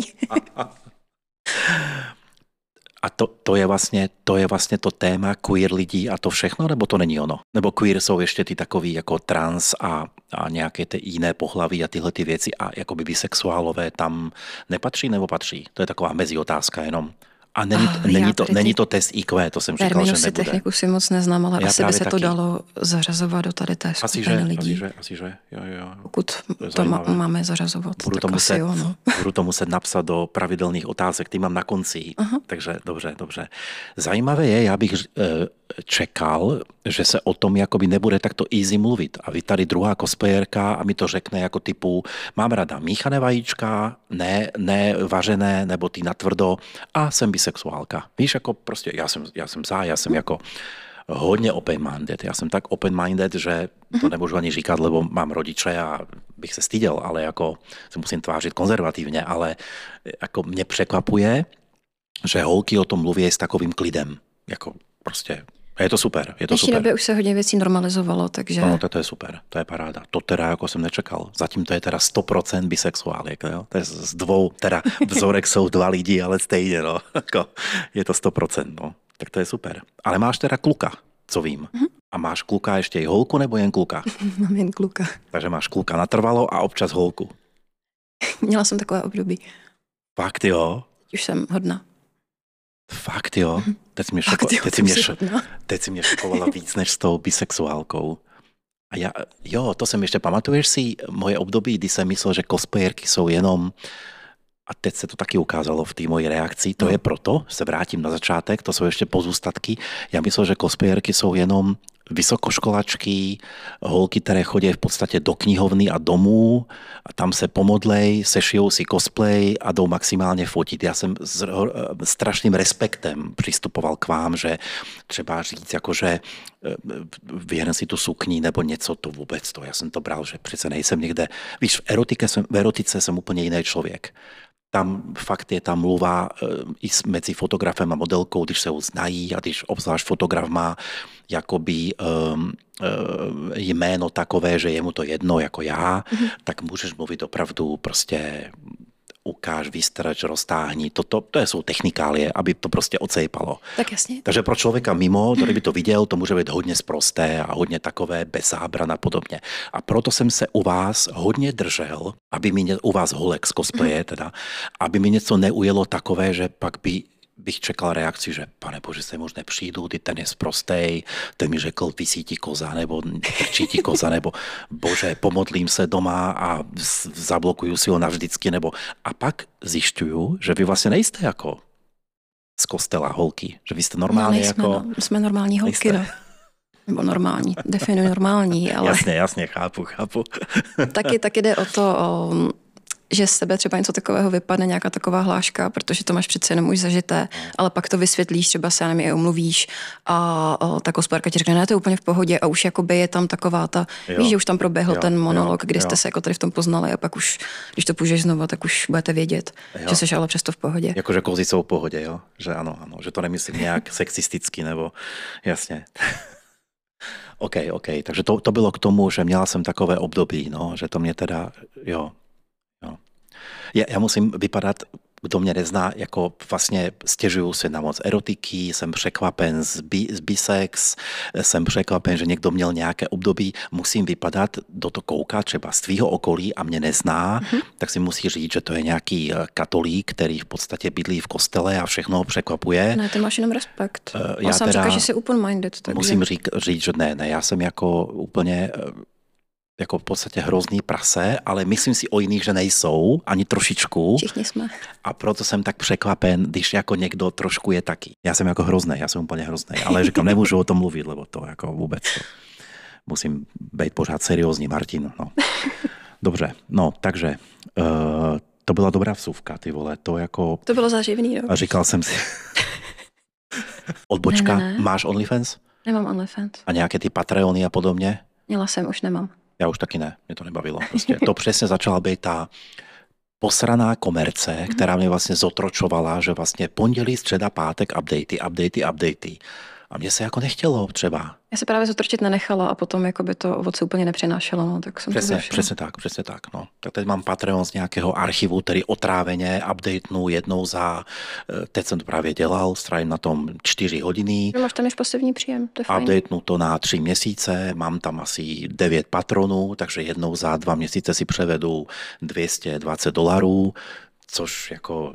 Speaker 1: A to je vlastně to téma queer lidí a to všechno, nebo to není ono? Nebo queer jsou ještě ty takový jako trans a nějaké ty jiné pohlaví a tyhle ty věci a jakoby bisexuálové tam nepatří nebo patří? To je taková meziotázka jenom. A není to test IQ, to jsem říkal, že nebude.
Speaker 2: Techniku si moc neznám, ale asi by se to dalo zařazovat do tady té skupiny lidí.
Speaker 1: Asi že, jo.
Speaker 2: Pokud to máme zařazovat,
Speaker 1: budu to muset napsat do pravidelných otázek, ty mám na konci. Aha. Takže dobře. Zajímavé je, já bych čekal, že se o tom jakoby nebude takto easy mluvit. A vy tady druhá cosplayerka a mi to řekne jako typu, mám rada míchané vajíčka, ne vařené, nebo ty natvrdo a jsem bisexuálka. Víš, jako prostě já jsem jako hodně open-minded. Já jsem tak open-minded, že to nemůžu ani říkat, lebo mám rodiče a bych se styděl, ale jako se musím tvářit konzervativně, ale jako mě překvapuje, že holky o tom mluví s takovým klidem. Jako prostě, a je to super, je
Speaker 2: V
Speaker 1: to
Speaker 2: dnešní
Speaker 1: super.
Speaker 2: době už se hodně věcí normalizovalo, takže...
Speaker 1: No, to je super, to je paráda. To teda jako jsem nečekal. Zatím to je teda 100% bisexuáliek, jo? To je z dvou, teda vzorek jsou 2 lidi, ale stejně, no. Jako, je to 100%, no. Tak to je super. Ale máš teda kluka, co vím. A máš kluka ještě i holku, nebo jen kluka?
Speaker 2: Mám jen kluka.
Speaker 1: Takže máš kluka natrvalo a občas holku.
Speaker 2: Měla jsem takové období.
Speaker 1: Fakt jo?
Speaker 2: Už jsem hodná.
Speaker 1: Fakt jo? Teď si mě šokovala víc než s tou bisexuálkou. A to jsem ještě, pamatuješ si moje období, kdy jsem myslel, že cosplayerky jsou jenom, a teď se to taky ukázalo v té mojí reakci, to je proto, se vrátím na začátek, to jsou ještě pozůstatky, já myslel, že cosplayerky jsou jenom vysokoškolačky, holky, které chodí v podstatě do knihovny a domů a tam se pomodlej, sešijou si cosplay a jdou maximálně fotit. Já jsem s strašným respektem přistupoval k vám, že třeba říct, jakože vyhrn si tu sukni nebo něco, to vůbec to. Já jsem to bral, že přece nejsem někde. Víš, v erotice jsem úplně jiný člověk. Tam fakt je ta mluva i mezi fotografem a modelkou, když se uznají a když obzvlášť fotograf má jakoby jméno takové, že je mu to jedno jako já, tak můžeš mluvit opravdu prostě ukáž, vystrač, roztáhni. To jsou technikálie, aby to prostě ocejpalo.
Speaker 2: Tak jasně.
Speaker 1: Takže pro člověka mimo, který by to viděl, to může být hodně sprosté a hodně takové bez zábran a podobně. A proto jsem se u vás hodně držel, aby mi u vás holek z cosplaye, teda, aby mi něco neujelo takové, že pak bych čekal reakci, že pane bože, se možná přijdu, ty ten je sprostej, ten mi řekl, visí ti koza, nebo trčí ti koza, nebo bože, pomodlím se doma a zablokuju si ho navždycky, nebo a pak zjišťuju, že vy vlastně nejste jako z kostela holky, že vy jste normálně
Speaker 2: nejsme,
Speaker 1: jako...
Speaker 2: No. Jsme normální holky, no. Nebo normální, definuji normální, ale...
Speaker 1: Jasně, chápu.
Speaker 2: Taky jde o to, že z tebe třeba něco takového vypadne, nějaká taková hláška, protože to máš přece jenom už zažité, ale pak to vysvětlíš, třeba se i omluvíš a ta cosplayerka ti řekne, ne, to je úplně v pohodě a už jakoby je tam taková ta, víš, že už tam proběhl ten monolog, kdy jste se jako tady v tom poznali a pak už, když to půjdeš znova, tak už budete vědět, že jsi ale přesto v pohodě.
Speaker 1: Jakože kozy jsou v pohodě, jo? Že ano, že to nemyslím nějak sexisticky, nebo jasně. OK, takže to bylo k tomu, že měla jsem takové období, no, že to mě teda, jo. Já musím vypadat, kdo mě nezná, jako vlastně stěžuju si na moc erotiky, jsem překvapen z bisex, jsem překvapen, že někdo měl nějaké období, musím vypadat, do to kouká třeba z tvýho okolí a mě nezná, tak si musí říct, že to je nějaký katolík, který v podstatě bydlí v kostele a všechno ho překvapuje.
Speaker 2: Ne, ty máš jenom respekt.
Speaker 1: Já
Speaker 2: sám říká, že jsi open-minded. Takže...
Speaker 1: Musím říct, že ne, já jsem jako úplně... jako v podstatě hrozný prase, ale myslím si o jiných, že nejsou, ani trošičku.
Speaker 2: Všichni jsme.
Speaker 1: A proto jsem tak překvapen, když jako někdo trošku je taky. Já jsem jako hrozný, já jsem úplně hrozný, ale říkám, nemůžu o tom mluvit, lebo to jako vůbec to. Musím být pořád seriózní, Martin. No. Dobře, no, takže to byla dobrá vsuvka, ty vole, to jako...
Speaker 2: To bylo záživný, jo.
Speaker 1: A říkal jsem si... Odbočka,
Speaker 2: ne.
Speaker 1: Máš OnlyFans?
Speaker 2: Nemám OnlyFans.
Speaker 1: A nějaké ty Patreony a podobně?
Speaker 2: Měla jsem, už nemám.
Speaker 1: Já už taky ne, mě to nebavilo. Prostě to přesně začala být ta posraná komerce, která mě vlastně zotročovala, že vlastně pondělí, středa, pátek, updaty. A mně se jako nechtělo třeba.
Speaker 2: Já se právě zotročit nenechala a potom jako by to ovoce úplně nepřinášelo, no, tak jsem
Speaker 1: Přesně tak, no. Tak teď mám Patreon z nějakého archivu, který otráveně updatenu jednou za, teď jsem to právě dělal, strávím na tom 4 hodiny.
Speaker 2: Máš tam již pasivní příjem, to je fajn.
Speaker 1: Updatenu to na 3 měsíce, mám tam asi 9 patronů, takže jednou za 2 měsíce si převedu $220, což jako,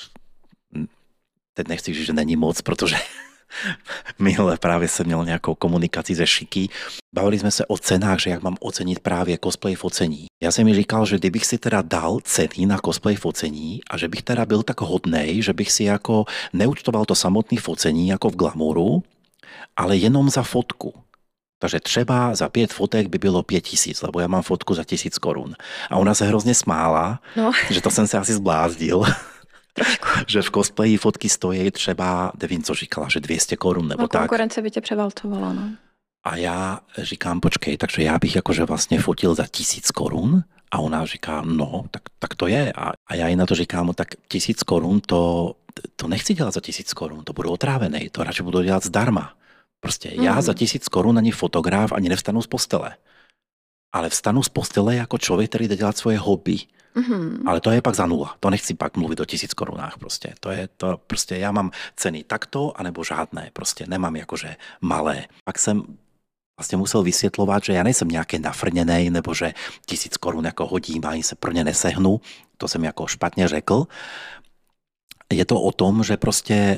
Speaker 1: teď nechci říct, že není moc, protože minule právě jsem měl nějakou komunikaci ze Šiky. Bavili jsme se o cenách, že jak mám ocenit právě cosplay focení. Já jsem mi říkal, že kdybych si teda dal ceny na cosplay focení a že bych teda byl tak hodnej, že bych si jako neúčtoval to samotné focení jako v glamouru, ale jenom za fotku. Takže třeba za 5 fotek by bylo 5 000, lebo já mám fotku za 1 000 korun. A ona se hrozně smála, že to jsem se asi zblázdil. Že v cosplayi fotky stojí třeba, nevím, co říkala, že 200 korun nebo tak.
Speaker 2: Konkurence by tě převalcovala, no.
Speaker 1: A já říkám, počkej, takže já bych jakože vlastně fotil za 1 000 korun A ona říká, no, tak to je. A já jí na to říkám, no, tak 1000 korun to nechci dělat za 1000 korun, to budu otrávený, to radši budu dělat zdarma. Prostě já za 1000 korun ani fotograf, ani nevstanu z postele. Ale vstanu z postele jako člověk, který jde dělat svoje hobby. Ale to je pak za 0. To nechci pak mluvit o 1000 korunách prostě. To prostě já mám ceny takto, anebo žádné. Prostě nemám jakože malé. Pak jsem vlastně musel vysvětlovat, že já nejsem nějaký nafrněnej, nebo že 1000 korun jako hodím a ani se pro ně nesehnu. To jsem jako špatně řekl. Je to o tom, že prostě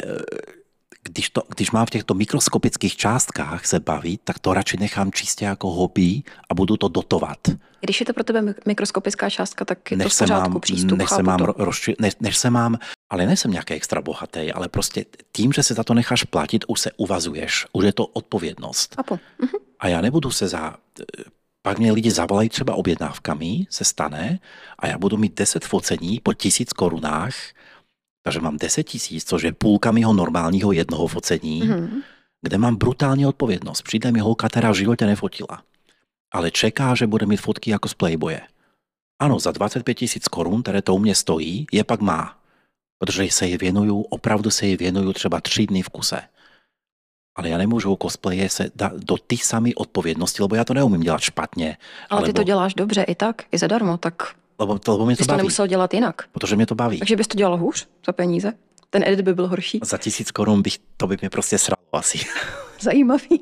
Speaker 1: když mám v těchto mikroskopických částkách se bavit, tak to radši nechám čistě jako hobby a budu to dotovat.
Speaker 2: Když je to pro tebe mikroskopická částka, tak je to v pořádku přístup,
Speaker 1: než se mám, ale nejsem nějaký extra bohatý, ale prostě tím, že se za to necháš platit, už se uvazuješ, už je to odpovědnost. A já nebudu se pak mě lidi zavolají třeba objednávkami, se stane, a já budu mít 10 focení po 1000 korunách, takže mám 10 000, což je půlka mého normálního jednoho focení, kde mám brutální odpovědnost. Přijde mi holka, která v životě nefotila, ale čeká, že bude mít fotky jako z Playboye. Ano, za 25 000 korun, které to u mě stojí, je pak má. Protože opravdu se jí věnuju třeba 3 dny v kuse. Ale já nemůžu cosplaye se dát do ty samé odpovědnosti, lebo já to neumím dělat špatně.
Speaker 2: Ale ty to děláš dobře i tak, i zadarmo, tak
Speaker 1: lebo mě to
Speaker 2: jsi
Speaker 1: baví.
Speaker 2: To nemusel dělat jinak.
Speaker 1: Protože mě to baví.
Speaker 2: Takže bys to dělal hůř za peníze? Ten edit by byl horší?
Speaker 1: Za 1000 korun to by mě prostě sralo asi.
Speaker 2: Zajímavý.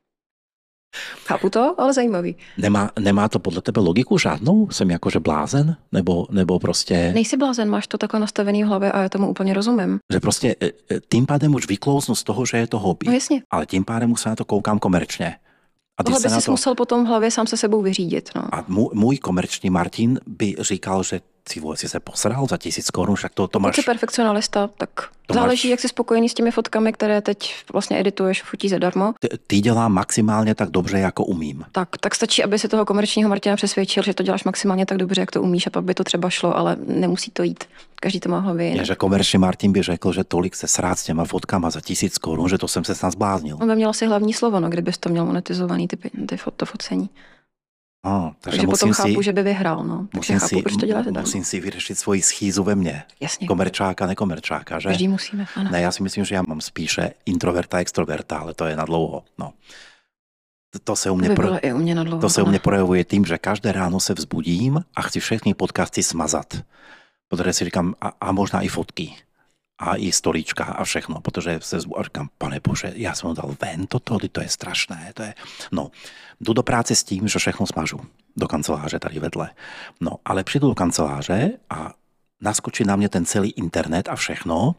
Speaker 2: Chápu to, ale zajímavý.
Speaker 1: Nemá to podle tebe logiku žádnou? Jsem jakože blázen? Nebo prostě...
Speaker 2: Nejsi blázen, máš to takhle nastavený v hlavě a já tomu úplně rozumím.
Speaker 1: Že prostě tím pádem už vyklouznu z toho, že je to hobby.
Speaker 2: No jasně.
Speaker 1: Ale tím pádem už se na to koukám komerčně. A
Speaker 2: tohle by si musel potom v hlavě sám se sebou vyřídit. No.
Speaker 1: A můj komerční Martin by říkal, že si se posral za 1000 korun, však to máš...
Speaker 2: Pokud jsi perfekcionalista, tak záleží, jak jsi spokojený s těmi fotkami, které teď vlastně edituješ, fotí zadarmo.
Speaker 1: Ty dělám maximálně tak dobře, jako umím.
Speaker 2: Tak stačí, aby si toho komerčního Martina přesvědčil, že to děláš maximálně tak dobře, jak to umíš, a pak by to třeba šlo, ale nemusí to jít. Každý to má v hlavě jinak.
Speaker 1: Je, že komerční Martin by řekl, že tolik se srát s těma fotkama za 1000 korun, že to jsem se snad zbláznil.
Speaker 2: On by měl asi hlavní slovo, no, kdybys to měl monetizovaný to focení. Takže potom chápu, že by vyhrál. No. Takže chápu, proč to děláš zadarmo.
Speaker 1: Musím si vyřešit svoji schýzu ve mně.
Speaker 2: Jasně.
Speaker 1: Komerčáka, nekomerčáka, že?
Speaker 2: Každý musíme, ano.
Speaker 1: Ne, já si myslím, že já mám spíše introverta, extroverta, ale to je na dlouho. No. To se u mě projevuje tím, že každé ráno se vzbudím a chci všechny podcasty smazat. Protože si říkám, a možná i fotky. A i stolíčka a všechno, protože se říkám, pane bože, já jsem ho dal ven, to je strašné. No, jdu do práce s tím, že všechno smažu do kanceláře tady vedle. No, ale přijdu do kanceláře a naskočí na mě ten celý internet a všechno,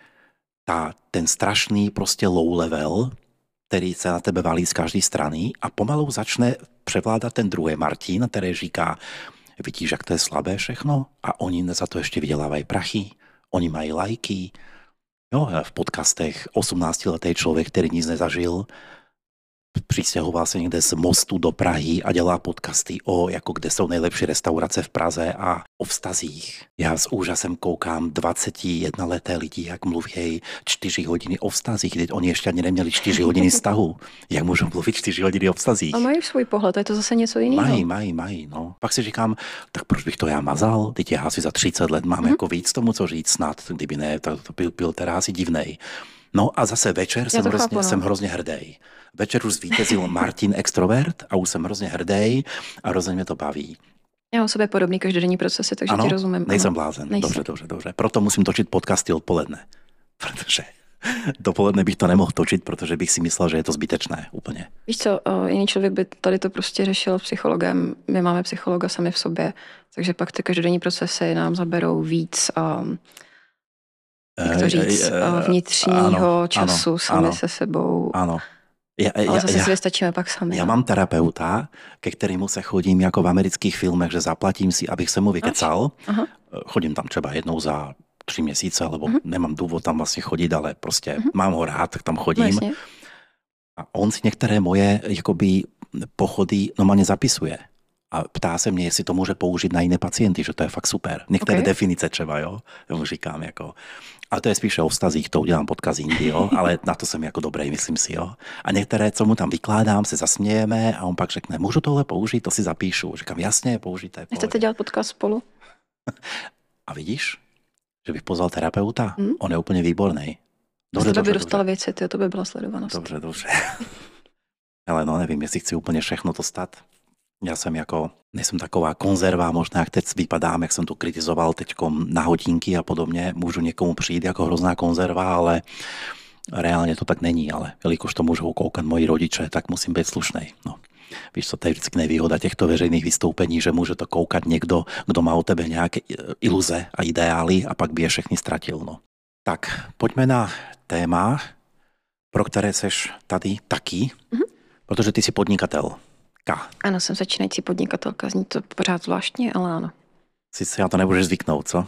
Speaker 1: ten strašný prostě low level, který se na tebe valí z každé strany, a pomalu začne převládat ten druhý Martin, který říká, vidíš, jak to je slabé všechno, a oni za to ještě vydělávají prachy. Oni mají lajky. No, v podcastech 18letý člověk, který nic nezažil, přistěhoval se někde z Mostu do Prahy a dělá podcasty jako kde jsou nejlepší restaurace v Praze a o vztazích. Já s úžasem koukám 21leté lidi, jak mluví 4 hodiny o vztazích, když oni ještě ani neměli 4 hodiny vztahu. Jak můžou mluvit 4 hodiny o vztazích?
Speaker 2: A mají svůj pohled, je to zase něco jiného.
Speaker 1: Mají, no. Pak si říkám, tak proč bych to já mazal? Teď já asi za 30 let mám jako víc tomu, co říct snad, kdyby ne, to byl teda asi divnej. No a zase večer jsem hrozně hrdý. Večer už zvítězil Martin extrovert a už jsem hrozně hrdý a hrozně mě to baví.
Speaker 2: Já o sobě podobný každodenní procesy, takže ti rozumím.
Speaker 1: Nejsem blázen. Dobře. Proto musím točit podcasty odpoledne. Protože dopoledne bych to nemohl točit, protože bych si myslel, že je to zbytečné úplně.
Speaker 2: Víš co, jiný člověk by tady to prostě řešil s psychologem. My máme psychologa sami v sobě, takže pak ty každodenní procesy nám zaberou víc jak to říct, vnitřního času sami se sebou.
Speaker 1: Ano.
Speaker 2: Ale zase si vystačíme pak sami.
Speaker 1: Já mám terapeuta, ke kterému se chodím jako v amerických filmech, že zaplatím si, abych se mu vykecal. Chodím tam třeba jednou za 3 měsíce, lebo nemám důvod tam vlastně chodit, ale prostě mám ho rád, tak tam chodím.
Speaker 2: No,
Speaker 1: a on si některé moje jakoby pochody normálně zapisuje. A ptá se mě, jestli to může použít na jiné pacienty, že to je fakt super. Některé definice třeba, jo, tomu říkám jako. Ale to je spíše o vztazích, to udělám podkaz jindy, jo, ale na to jsem jako dobrý, myslím si, jo. A některé, co mu tam vykládám, se zasmějeme a on pak řekne, můžu tohle použít, to si zapíšu. Říkám, jasně, použijte.
Speaker 2: Chcete dělat podcast spolu?
Speaker 1: A vidíš, že bych pozval terapeuta? On je úplně výborný.
Speaker 2: Dobře, by dostal věci, to by byla sledovanost.
Speaker 1: Dobře. Ale no nevím, jestli chci úplně všechno dostat. Já jsem jako, nejsem taková konzerva, možná jak teď vypadám, jak jsem tu kritizoval teďkom na hodinky a podobně. Můžu někomu přijít jako hrozná konzerva, ale reálně to tak není. Ale jelikož to můžou koukat moji rodiče, tak musím být slušnej. No. Víš co, to je vždycky nevýhoda těchto veřejných vystoupení, že může to koukat někdo, kdo má o tebe nějaké iluze a ideály a pak by je všechny ztratil. No. Tak, pojďme na téma, pro které seš tady taky, protože ty jsi podnikatel.
Speaker 2: Ano, jsem začínající podnikatelka, zní to pořád zvláštně, ale ano.
Speaker 1: Sice já to nebudeš zvyknout, co?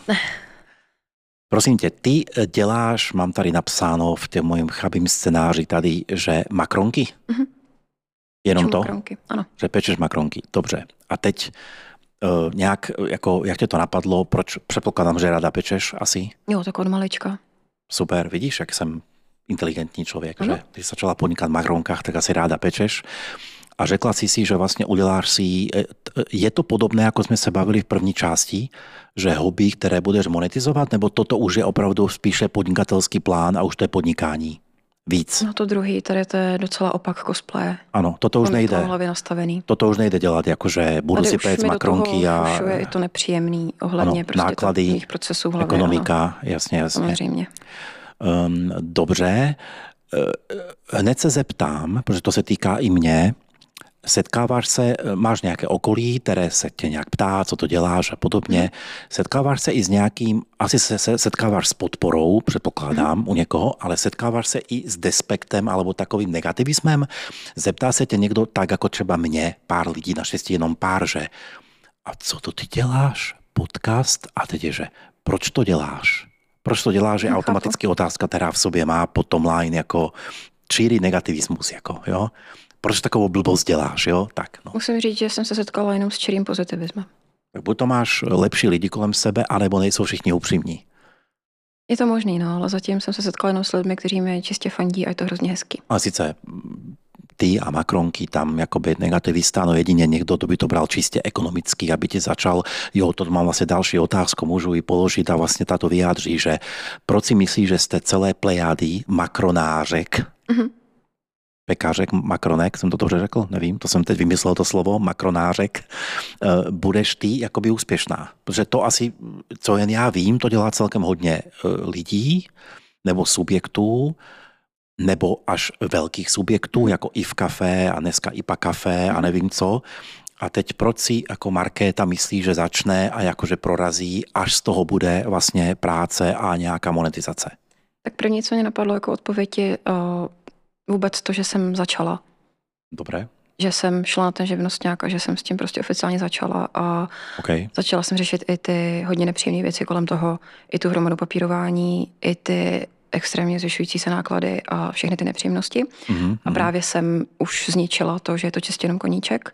Speaker 1: Prosím tě, ty děláš, mám tady napsáno v těm mojím chabým scénáři tady, že makronky? Jenom
Speaker 2: Peču
Speaker 1: to?
Speaker 2: Makronky, ano.
Speaker 1: Že pečeš makronky, dobře. A teď nějak, jako, jak tě to napadlo, proč předpokládám, že ráda pečeš asi?
Speaker 2: Jo, tak od malička.
Speaker 1: Super, vidíš, jak jsem inteligentní člověk, že? Když jsi začala podnikat v makronkách, tak asi ráda pečeš. A řekla si, že vlastně uděláš si, je to podobné, jako jsme se bavili v první části, že hobby, které budeš monetizovat, nebo toto už je opravdu spíše podnikatelský plán a už to je podnikání? Víc.
Speaker 2: No to druhý, tady to je docela opak cosplaye.
Speaker 1: Ano, toto už nejde.
Speaker 2: Nastavený.
Speaker 1: Toto už nejde dělat, jakože budu tady si péct makronky a...
Speaker 2: je to nepříjemný ohledně prostě
Speaker 1: náklady,
Speaker 2: procesů v hlavě.
Speaker 1: Ekonomika, ano. Jasně.
Speaker 2: Samozřejmě.
Speaker 1: Dobře, hned se zeptám, protože to se týká i mě, setkáváš se, máš nějaké okolí, které se tě nějak ptá, co to děláš a podobně. Setkáváš se i s nějakým, asi se setkáváš s podporou, předpokládám, u někoho, ale setkáváš se i s despektem alebo takovým negativismem. Zeptá se tě někdo tak, jako třeba mě, pár lidí, naštěstí jenom pár, že a co to ty děláš? Podcast? A teď je, že proč to děláš? Proč to děláš? Je automaticky otázka, která v sobě má potom line jako číry negativismus, jako, jo? Proč takovou blbost děláš, jo? Tak, no.
Speaker 2: Musím říct, že jsem se setkala jenom s čirým pozitivismem.
Speaker 1: Tak buď to máš lepší lidi kolem sebe, anebo nejsou všichni upřímní.
Speaker 2: Je to možný, no, ale zatím jsem se setkala jenom s lidmi, kteří mi čistě fandí a je to hrozně hezký.
Speaker 1: A sice ty a makronky tam jakoby negativista, no jedině někdo, to by to bral čistě ekonomicky, aby ti začal, jo, to mám vlastně další otázku, můžu ji položit a vlastně tato vyjádří, že proč si myslíš, že jste celé plejády makronářek, pekářek, makronek, jsem to dobře řekl, nevím, to jsem teď vymyslel to slovo, makronářek, budeš ty jakoby úspěšná. Protože to asi, co jen já vím, to dělá celkem hodně lidí nebo subjektů, nebo až velkých subjektů, jako i v kafe a dneska IPA kafe a nevím co. A teď proč si jako Markéta myslí, že začne a jakože prorazí, až z toho bude vlastně práce a nějaká monetizace?
Speaker 2: Tak první, co mě napadlo jako odpověď je vůbec to, že jsem začala.
Speaker 1: Dobré.
Speaker 2: Že jsem šla na ten živnostňák a že jsem s tím prostě oficiálně začala a začala jsem řešit i ty hodně nepříjemné věci kolem toho, i tu hromadu papírování, i ty extrémně zvyšující se náklady a všechny ty nepříjemnosti. A právě jsem už zničila to, že je to čistě jenom koníček.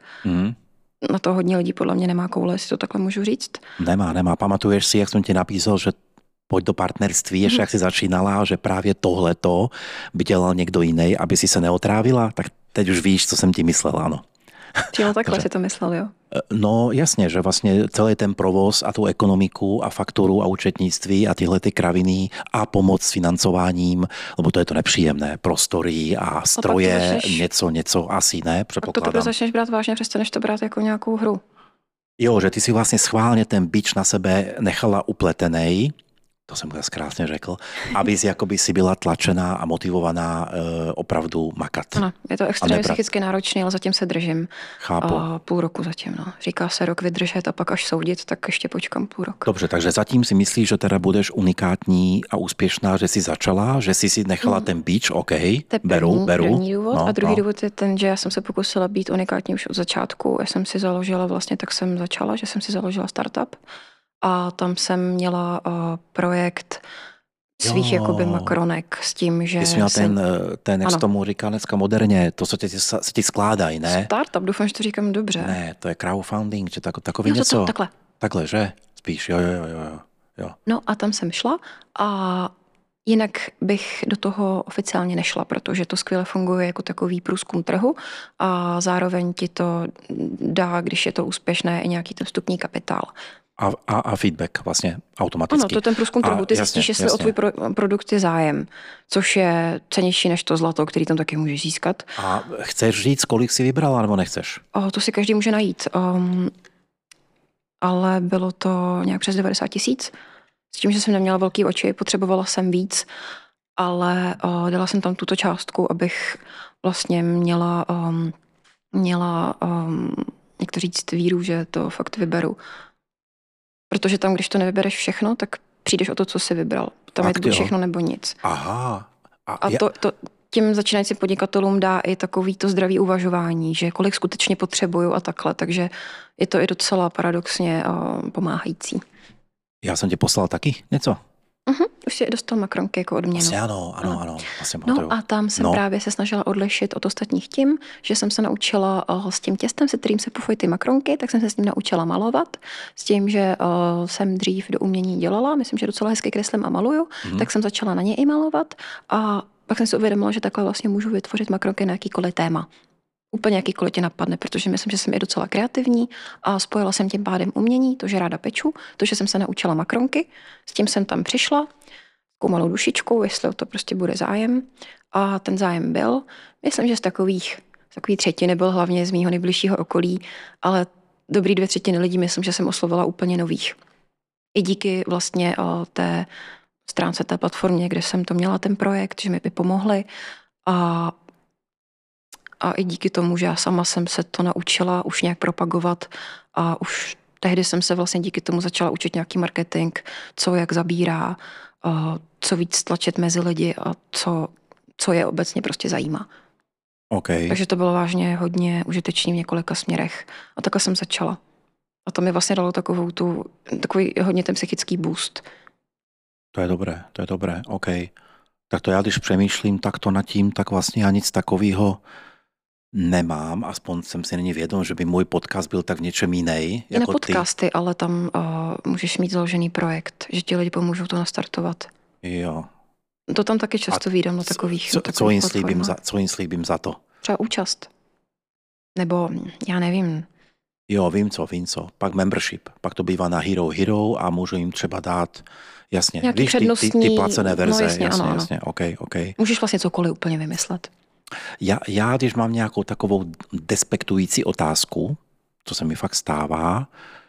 Speaker 2: Na to hodně lidí podle mě nemá koule, jestli to takhle můžu říct.
Speaker 1: Nemá. Pamatuješ si, jak jsem ti napísal, že pojď do partnerství, ještě jak jsi začínala, že právě tohleto by dělal někdo jiný, aby si se neotrávila, tak teď už víš, co jsem ti myslela, ano.
Speaker 2: Přímo takhle si to myslel, jo?
Speaker 1: No jasně, že vlastně celý ten provoz a tu ekonomiku a fakturu a účetnictví a tyhle ty kraviny a pomoc s financováním, lebo to je to nepříjemné, prostory a stroje, něco asi ne, předpokládám.
Speaker 2: To začneš brát vážně, přestaneš to brát jako nějakou hru.
Speaker 1: Jo, že ty si vlastně schválně ten bič na sebe nechala upletenej, to jsem krásně řekl, aby si byla tlačená a motivovaná opravdu makat.
Speaker 2: Ano, je to extrémně psychicky náročné, ale zatím se držím.
Speaker 1: Chápu.
Speaker 2: Půl roku zatím, no. Říká se rok vydržet a pak až soudit, tak ještě počkám půl rok.
Speaker 1: Dobře, takže zatím si myslíš, že teda budeš unikátní a úspěšná, že jsi začala, že jsi si nechala ten bič, OK, beru.
Speaker 2: První důvod. A druhý důvod je ten, že já jsem se pokusila být unikátní už od začátku. Já jsem si založila tak jsem začala, že jsem si založila startup. A tam jsem měla projekt svých jakoby makronek s tím, že...
Speaker 1: Ty jsi měl ten jak se tomu říká dneska moderně, to, co ti skládají, ne?
Speaker 2: Startup, doufám, že to říkám dobře.
Speaker 1: Ne, to je crowdfunding, či takový něco.
Speaker 2: Takhle.
Speaker 1: Takhle, že? Spíš, jo.
Speaker 2: No a tam jsem šla a jinak bych do toho oficiálně nešla, protože to skvěle funguje jako takový průzkum trhu a zároveň ti to dá, když je to úspěšné, i nějaký ten vstupní kapitál.
Speaker 1: A feedback vlastně automaticky.
Speaker 2: Ano, to je ten průzkum trhu. Ty zjistíš, jestli o tvůj produkt je zájem, což je cennější než to zlato, který tam taky můžeš získat.
Speaker 1: A chceš říct, kolik jsi vybrala, nebo nechceš?
Speaker 2: To si každý může najít. Ale bylo to nějak přes 90 000. S tím, že jsem neměla velký oči, potřebovala jsem víc, ale dala jsem tam tuto částku, abych vlastně měla jak to říct, víru, že to fakt vyberu. Protože tam, když to nevybereš všechno, tak přijdeš o to, co jsi vybral. Tam fakt, je to všechno nebo nic.
Speaker 1: Aha.
Speaker 2: A to těm začínajícím podnikatelům dá i takový to zdravý uvažování, že kolik skutečně potřebuju a takhle. Takže je to i docela paradoxně pomáhající.
Speaker 1: Já jsem ti poslal taky něco.
Speaker 2: Už si dostal makronky jako odměnu.
Speaker 1: Asi ano. Vlastně
Speaker 2: no a tam jsem právě se snažila odlišit od ostatních tím, že jsem se naučila s tím těstem, se kterým se pufují ty makronky, tak jsem se s ním naučila malovat. S tím, že jsem dřív do umění dělala, myslím, že docela hezky kreslím a maluju, tak jsem začala na ně i malovat a pak jsem si uvědomila, že takhle vlastně můžu vytvořit makronky na jakýkoliv téma. Úplně jakýkoliv tě napadne, protože myslím, že jsem i docela kreativní a spojila jsem tím pádem umění, to, že ráda peču, to, že jsem se naučila makronky, s tím jsem tam přišla, takovou malou dušičkou, jestli o to prostě bude zájem. A ten zájem byl, myslím, že z takové třetiny byl hlavně z mýho nejbližšího okolí, ale dobrý 2/3 lidí, myslím, že jsem oslovila úplně nových. I díky vlastně té stránce té platformě, kde jsem to měla ten projekt, že mi by pomohli a i díky tomu, že já sama jsem se to naučila už nějak propagovat a už tehdy jsem se vlastně díky tomu začala učit nějaký marketing, co jak zabírá, co víc tlačit mezi lidi a co je obecně prostě zajímá.
Speaker 1: Okay.
Speaker 2: Takže to bylo vážně hodně užitečný v několika směrech. A takhle jsem začala. A to mi vlastně dalo takový hodně ten psychický boost.
Speaker 1: To je dobré, OK. Tak to já, když přemýšlím takto nad tím, tak vlastně já nic takového nemám, aspoň jsem si není vědom, že by můj podcast byl tak v něčem jiný.
Speaker 2: Jako na podcasty, ale tam můžeš mít založený projekt, že ti lidi pomůžou to nastartovat.
Speaker 1: Jo.
Speaker 2: To tam taky často vídám na takových
Speaker 1: Co jim slíbím za to?
Speaker 2: Třeba účast. Nebo já nevím.
Speaker 1: Jo, vím co. Pak membership. Pak to bývá na Hero a můžu jim třeba dát, jasně,
Speaker 2: víš,
Speaker 1: ty placené verze.
Speaker 2: No, jasně.
Speaker 1: OK.
Speaker 2: Můžeš vlastně cokoliv úplně vymyslet.
Speaker 1: Já, když mám nějakou takovou despektující otázku, co se mi fakt stává,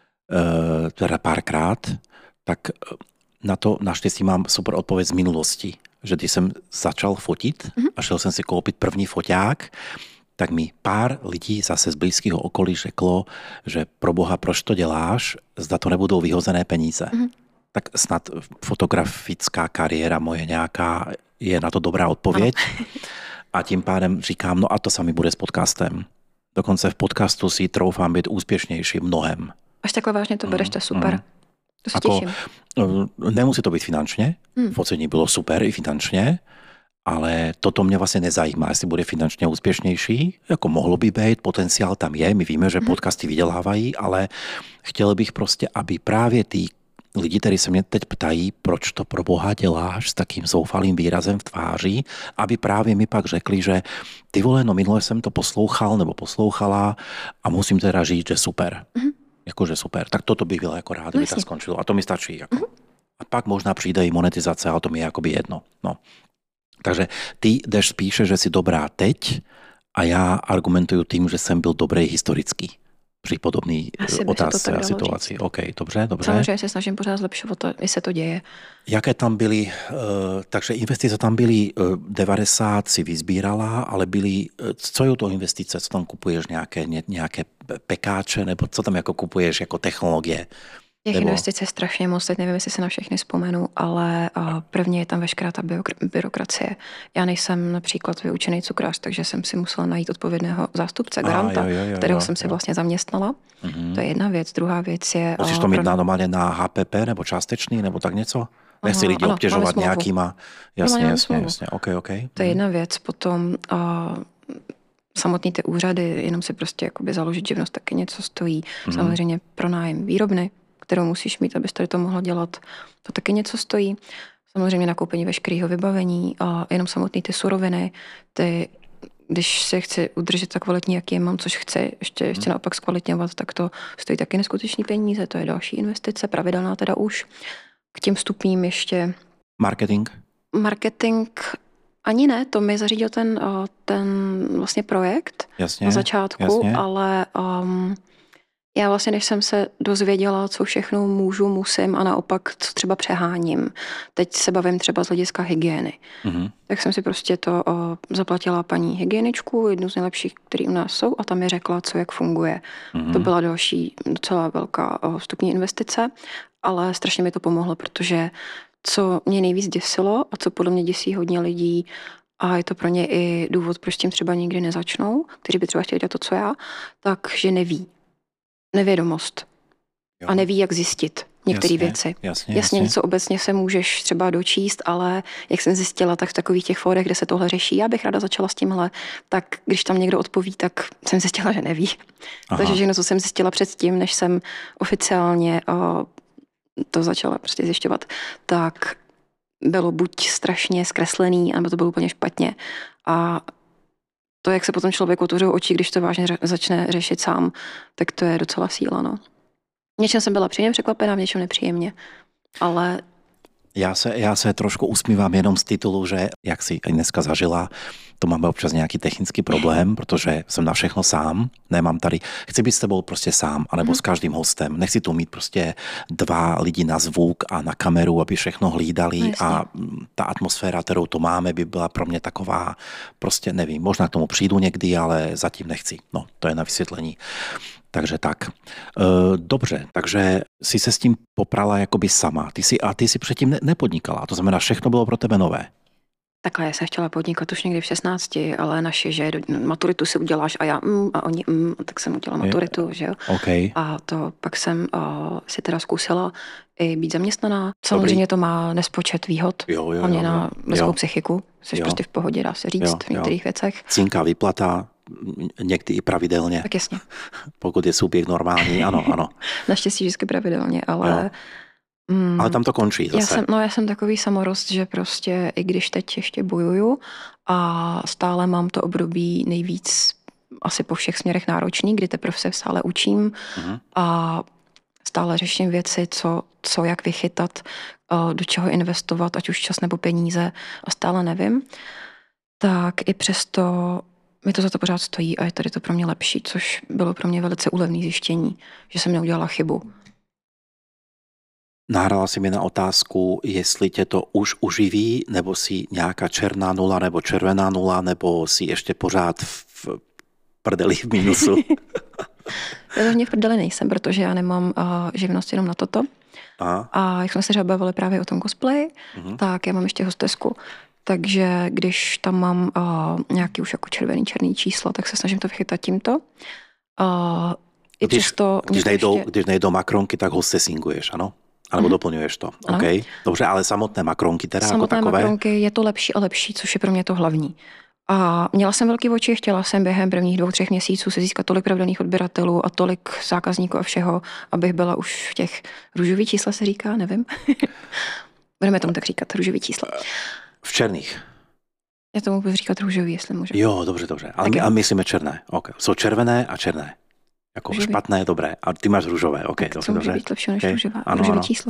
Speaker 1: teda párkrát, tak na to naštěstí mám super odpověď z minulosti. Že když jsem začal fotit a šel jsem si koupit první foťák, tak mi pár lidí zase z blízkého okolí řeklo, že pro boha, proč to děláš, zda to nebudou vyhozené peníze. Tak snad fotografická kariéra moje nějaká je na to dobrá odpověď. Ano. A tím pádem říkám, no a to sami bude s podcastem. Dokonce v podcastu si troufám být úspěšnější mnohem.
Speaker 2: Až takhle vážně to bereš, to je super. To se těším.
Speaker 1: Nemusí to být finančně, focení bylo super i finančně, ale toto mě vlastně nezajímá, jestli bude finančně úspěšnější, jako mohlo by být, potenciál tam je, my víme, že podcasty vydělávají, ale chtěl bych prostě, aby právě ty lidi, kteří se mě teď ptají, proč to pro boha děláš s takým zoufalým výrazem v tváři, aby právě mi pak řekli, že ty vole, no minule jsem to poslouchal nebo poslouchala a musím teda říct, že super. Jakože super. Tak toto bych byla jako rád, kdyby to skončilo. A to mi stačí. Jako. A pak možná přijde i monetizace, ale to mi je jakoby jedno. No. Takže ty jdeš spíše, že jsi dobrá teď a já argumentuju tím, že jsem byl dobrý historicky. Při podobné otázce a situaci. OK, dobře.
Speaker 2: Samozřejmě se snažím pořád zlepšovat, i se to děje.
Speaker 1: Jaké tam byly, takže investice tam byly 90 si vyzbírala, ale byly, co je to investice, co tam kupuješ, nějaké pekáče, nebo co tam jako kupuješ jako technologie?
Speaker 2: Těch investic je strašně moc, teď nevím, jestli se na všechny vzpomenu, ale prvně je tam veškerá ta byrokracie. Já nejsem například vyučený cukrář, takže jsem si musela najít odpovědného zástupce, garanta, kterého jsem si vlastně zaměstnala. To je jedna věc. Druhá věc je...
Speaker 1: Musíš to mít normálně na HPP nebo částečný, nebo tak něco? Nechci lidi obtěžovat nějakýma. Jasně, OK.
Speaker 2: To je jedna věc. Potom samotný ty úřady, jenom si prostě jakoby založit živnost taky něco stojí. Samozřejmě pronájem výrobny, kterou musíš mít, abys tady to mohla dělat, to taky něco stojí. Samozřejmě nakoupení veškerého vybavení a jenom samotný ty suroviny, když se chci udržet tak kvalitní, jaký je mám, což chci ještě naopak zkvalitňovat, tak to stojí taky neskutečný peníze, to je další investice, pravidelná teda už. K těm stupním ještě... Marketing ani ne, to mi zařídil ten vlastně projekt na začátku, ale já vlastně, než jsem se dozvěděla, co všechno musím a naopak, co třeba přeháním. Teď se bavím třeba z hlediska hygieny. Tak jsem si prostě to zaplatila paní hygieničku, jednu z nejlepších, který u nás jsou, a tam mi řekla, co jak funguje. To byla další docela velká vstupní investice, ale strašně mi to pomohlo, protože co mě nejvíc děsilo a co podle mě děsí hodně lidí, a je to pro ně i důvod, proč tím třeba nikdy nezačnou, kteří by třeba chtěli dělat to, co já, takže neví. Nevědomost. Jo. A neví, jak zjistit některé věci. Jasně, něco obecně se můžeš třeba dočíst, ale jak jsem zjistila, tak v takových těch fórech, kde se tohle řeší, já bych ráda začala s tímhle, tak když tam někdo odpoví, tak jsem zjistila, že neví. Takže všechno, co jsem zjistila předtím, než jsem oficiálně to začala prostě zjišťovat, tak bylo buď strašně zkreslený, nebo to bylo úplně špatně. A to, jak se potom člověk otevřou oči, když to vážně začne řešit sám, tak to je docela síla, no. V něčem jsem byla příjemně překvapená, v něčem nepříjemně, ale...
Speaker 1: Já se trošku usmívám jenom z titulu, že jak si dneska zažila, to máme občas nějaký technický problém, protože jsem na všechno sám, nemám tady, chci být s tebou prostě sám, anebo s každým hostem, nechci tu mít prostě 2 lidi na zvuk a na kameru, aby všechno hlídali a ta atmosféra, kterou to máme, by byla pro mě taková, prostě nevím, možná k tomu přijdu někdy, ale zatím nechci, no to je na vysvětlení. Takže tak. Dobře, takže si se s tím poprala jakoby sama. Ty si předtím nepodnikala, to znamená, všechno bylo pro tebe nové.
Speaker 2: Takhle, já jsem chtěla podnikat už někdy v 16, ale naši, že maturitu si uděláš a já a oni tak jsem udělala maturitu, že jo.
Speaker 1: Okay.
Speaker 2: A to pak jsem si teda zkusila i být zaměstnaná. Samozřejmě to má nespočet výhod, hlavně na lidskou psychiku. Jsi prostě v pohodě, dá se říct, v některých věcech.
Speaker 1: Cinká výplata, někdy i pravidelně.
Speaker 2: Tak jasně.
Speaker 1: Pokud je subjekt normální, ano.
Speaker 2: Naštěstí vždycky pravidelně, ale...
Speaker 1: Ale tam to končí zase.
Speaker 2: Já jsem takový samorost, že prostě i když teď ještě bojuju a stále mám to období nejvíc asi po všech směrech náročný, kdy teprve se stále učím a stále řeším věci, co jak vychytat, do čeho investovat, ať už čas nebo peníze a stále nevím, tak i přesto mi to za to pořád stojí a je tady to pro mě lepší, což bylo pro mě velice úlevné zjištění, že jsem neudělala chybu.
Speaker 1: Nahrala si mi na otázku, jestli tě to už uživí, nebo si nějaká černá nula, nebo červená nula, nebo si ještě pořád v prdeli v minusu.
Speaker 2: Já v prdeli nejsem, protože já nemám živnost jenom na toto. A jak jsme se třeba bavili právě o tom cosplay, tak já mám ještě hostesku. Takže když tam mám nějaký už jako černý číslo, tak se snažím to vychytat tímto.
Speaker 1: Když nejdou makronky, tak hostesinguješ, ano? Alebo doplňuješ to. Okay. Dobře, ale samotné makronky teda
Speaker 2: samotné
Speaker 1: jako takové?
Speaker 2: Samotné makronky je to lepší a lepší, což je pro mě to hlavní. A měla jsem velký oči, chtěla jsem během prvních 2-3 měsíců se získat tolik pravidelných odběratelů a tolik zákazníků a všeho, abych byla už v těch růžových čísla se říká, nevím. Budeme tomu tak říkat, růžový čísla.
Speaker 1: V černých.
Speaker 2: Já tomu budu říkat růžový, jestli můžu.
Speaker 1: Jo, dobře. Ale myslíme černé. Okay. Jsou červené a černé. Jako růžový. Špatné, dobré. A ty máš růžové. Okay,
Speaker 2: tak to může být lepší než růžové číslo.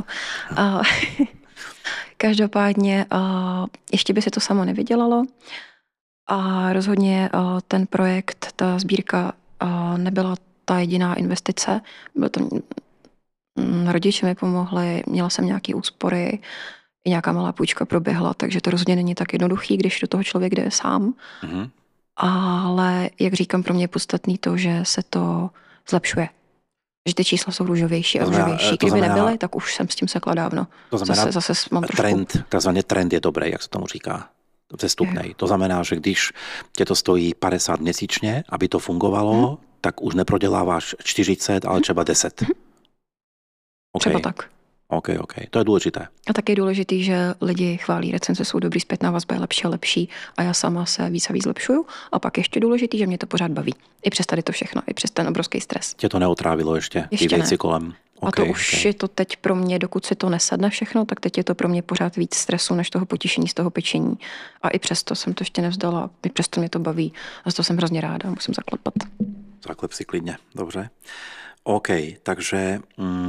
Speaker 2: Každopádně ještě by se to samo nevydělalo. A rozhodně ten projekt, ta sbírka nebyla ta jediná investice. Bylo to, rodiče mi pomohli, měla jsem nějaké úspory, i nějaká malá půjčka proběhla, takže to rozhodně není tak jednoduchý, když do toho člověk jde sám. Ale jak říkám, pro mě je podstatný to, že se to zlepšuje. Že ty čísla jsou růžovější a růžovější. Kdyby nebyly, tak už jsem s tím sekla dávno.
Speaker 1: To znamená,
Speaker 2: zase mám trošku...
Speaker 1: takzvaný trend je dobrý, jak se tomu říká. Vzestupnej. To znamená, že když tě to stojí 50 měsíčně, aby to fungovalo, tak už neproděláváš 40, ale třeba 10.
Speaker 2: Okay. Třeba tak.
Speaker 1: OK. To je důležité.
Speaker 2: A taky je důležitý, že lidi chválí, recenze jsou dobrý, zpětná vazba je lepší a lepší a já sama se víc a víc zlepšuju. A pak ještě důležitý, že mě to pořád baví. I přes tady to všechno, i přes ten obrovský stres.
Speaker 1: Tě to neotrávilo ještě ty věci
Speaker 2: ne.
Speaker 1: kolem?
Speaker 2: A to už je to teď pro mě, dokud si to nesadne všechno, tak teď je to pro mě pořád víc stresu, než toho potěšení z toho pečení. A i přesto jsem to ještě nevzdala, i přesto mě to baví. A z toho jsem hrozně ráda, musím zaklepat.
Speaker 1: Zaklep si klidně, dobře. OK, takže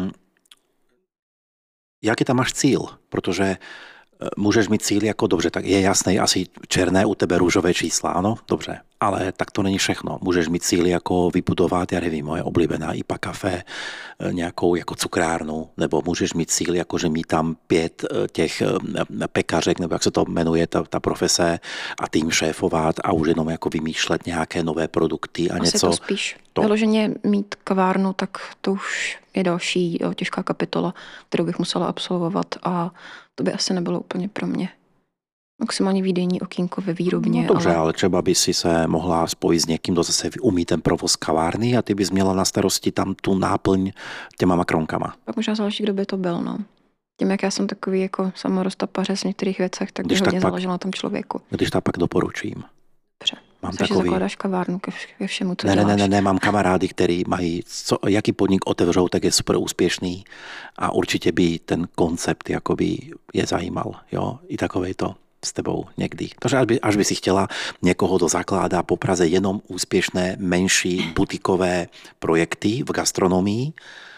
Speaker 1: jaký tam máš cíl? Protože můžeš mít cíl jako dobře, tak je jasné, asi černé u tebe růžové čísla, ano, dobře. Ale tak to není všechno. Můžeš mít cíl jako vybudovat, já nevím, moje oblíbená IPA kafe, nějakou jako cukrárnu, nebo můžeš mít cíl, jako že mít tam 5 těch pekařek, nebo jak se to jmenuje, ta profese, a tým šéfovat a už jenom jako vymýšlet nějaké nové produkty a
Speaker 2: asi
Speaker 1: něco.
Speaker 2: To spíš. Vyloženě mít kavárnu, tak to už je další těžká kapitola, kterou bych musela absolvovat a to by asi nebylo úplně pro mě. Maximálně výdejní okýnko ve výrobně.
Speaker 1: No dobře, ale třeba by si se mohla spojit s někým, kdo zase umí ten provoz kavárny a ty bys měla na starosti tam tu náplň těma makronkama.
Speaker 2: Tak možná záleží, kdo by to byl, no. Tím, jak já jsem takový jako samorostapařec v některých věcech, tak by hodně záleželo na tom člověku.
Speaker 1: Když tak pak doporučím.
Speaker 2: Dobře.
Speaker 1: Mám
Speaker 2: Což
Speaker 1: takový...
Speaker 2: zakládáš kavárnu ke všemu, co děláš.
Speaker 1: Ne, mám kamarády, který mají, jaký podnik otevřou, tak je super úspěšný a určitě by ten koncept jakoby je zajímal, jo, i takovej to s tebou někdy. Takže až by si chtěla někoho, kdo zakládá po Praze jenom úspěšné, menší butikové projekty v gastronomii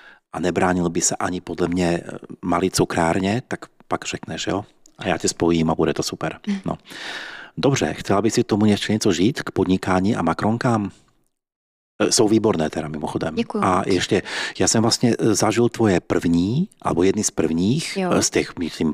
Speaker 1: a nebránil by se ani podle mě malý cukrárně, tak pak řekneš, jo, a já tě spojím a bude to super. No. Dobře, chtěla by si tomu ještě něco žít k podnikání a makronkám? Jsou výborné teda mimochodem.
Speaker 2: Děkuju.
Speaker 1: A ještě, já jsem vlastně zažil tvoje první, alebo jedny z prvních, z těch, myslím,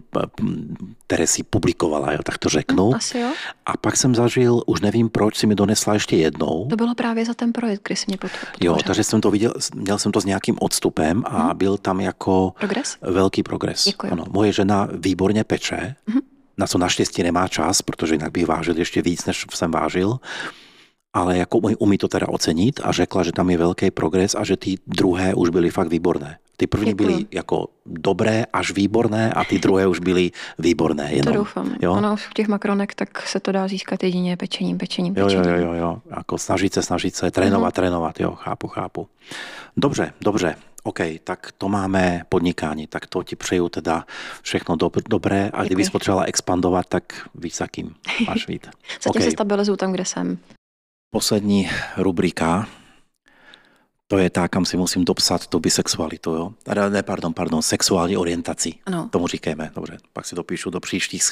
Speaker 1: které si publikovala, jo, tak to řeknu.
Speaker 2: Asi jo.
Speaker 1: A pak jsem zažil, už nevím proč, si mi donesla ještě jednou.
Speaker 2: To bylo právě za ten projekt, kdy jsi mě podpořil.
Speaker 1: Jo, takže jsem to viděl, měl jsem to s nějakým odstupem a byl tam jako
Speaker 2: progres?
Speaker 1: Velký progres.
Speaker 2: Děkuju.
Speaker 1: Ano, moje žena výborně peče, na co naštěstí nemá čas, protože jinak bych vážil ještě víc, než jsem vážil. Ale jako umí to teda ocenit a řekla, že tam je velký progres a že ty druhé už byly fakt výborné. Ty první byly jako dobré až výborné a ty druhé už byly výborné. Jenom.
Speaker 2: To doufám.
Speaker 1: Jo?
Speaker 2: Ono v těch makronek tak se to dá získat jedině pečením.
Speaker 1: Jo. Jako snažit se, trénovat, jo, chápu. Dobře. OK, tak to máme podnikání, tak to ti přeju teda všechno dobré a kdybys potřebovala expandovat, tak víš za kým máš vít.
Speaker 2: Zatím se stabilizuju tam, kde jsem.
Speaker 1: Poslední rubrika, to je tá, kam si musím dopsat tu bisexualitu, jo? Pardon, sexuální orientaci.
Speaker 2: Ano.
Speaker 1: Tomu říkáme, dobře. Pak si dopíšu do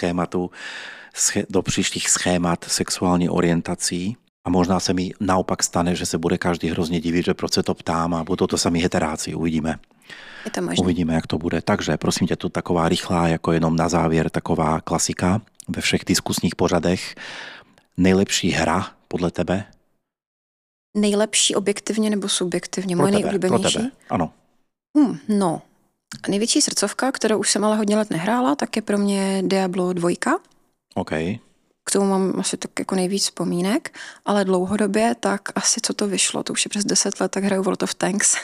Speaker 1: příštích schémat sexuální orientací a možná se mi naopak stane, že se bude každý hrozně divit, že proč se to ptám a budou to sami heteráci, uvidíme.
Speaker 2: Je to možné.
Speaker 1: Uvidíme, jak to bude. Takže prosím tě, tu taková rychlá, jako jenom na závěr, taková klasika ve všech diskusních pořadech. Nejlepší hra podle tebe?
Speaker 2: Nejlepší objektivně nebo subjektivně? Moje nejoblíbenější?
Speaker 1: Pro tebe, ano.
Speaker 2: No, největší srdcovka, kterou už jsem ale hodně let nehrála, tak je pro mě Diablo 2.
Speaker 1: OK.
Speaker 2: K tomu mám asi tak jako nejvíc vzpomínek, ale dlouhodobě tak asi co to vyšlo, to už je přes 10 let, tak hraju World of Tanks.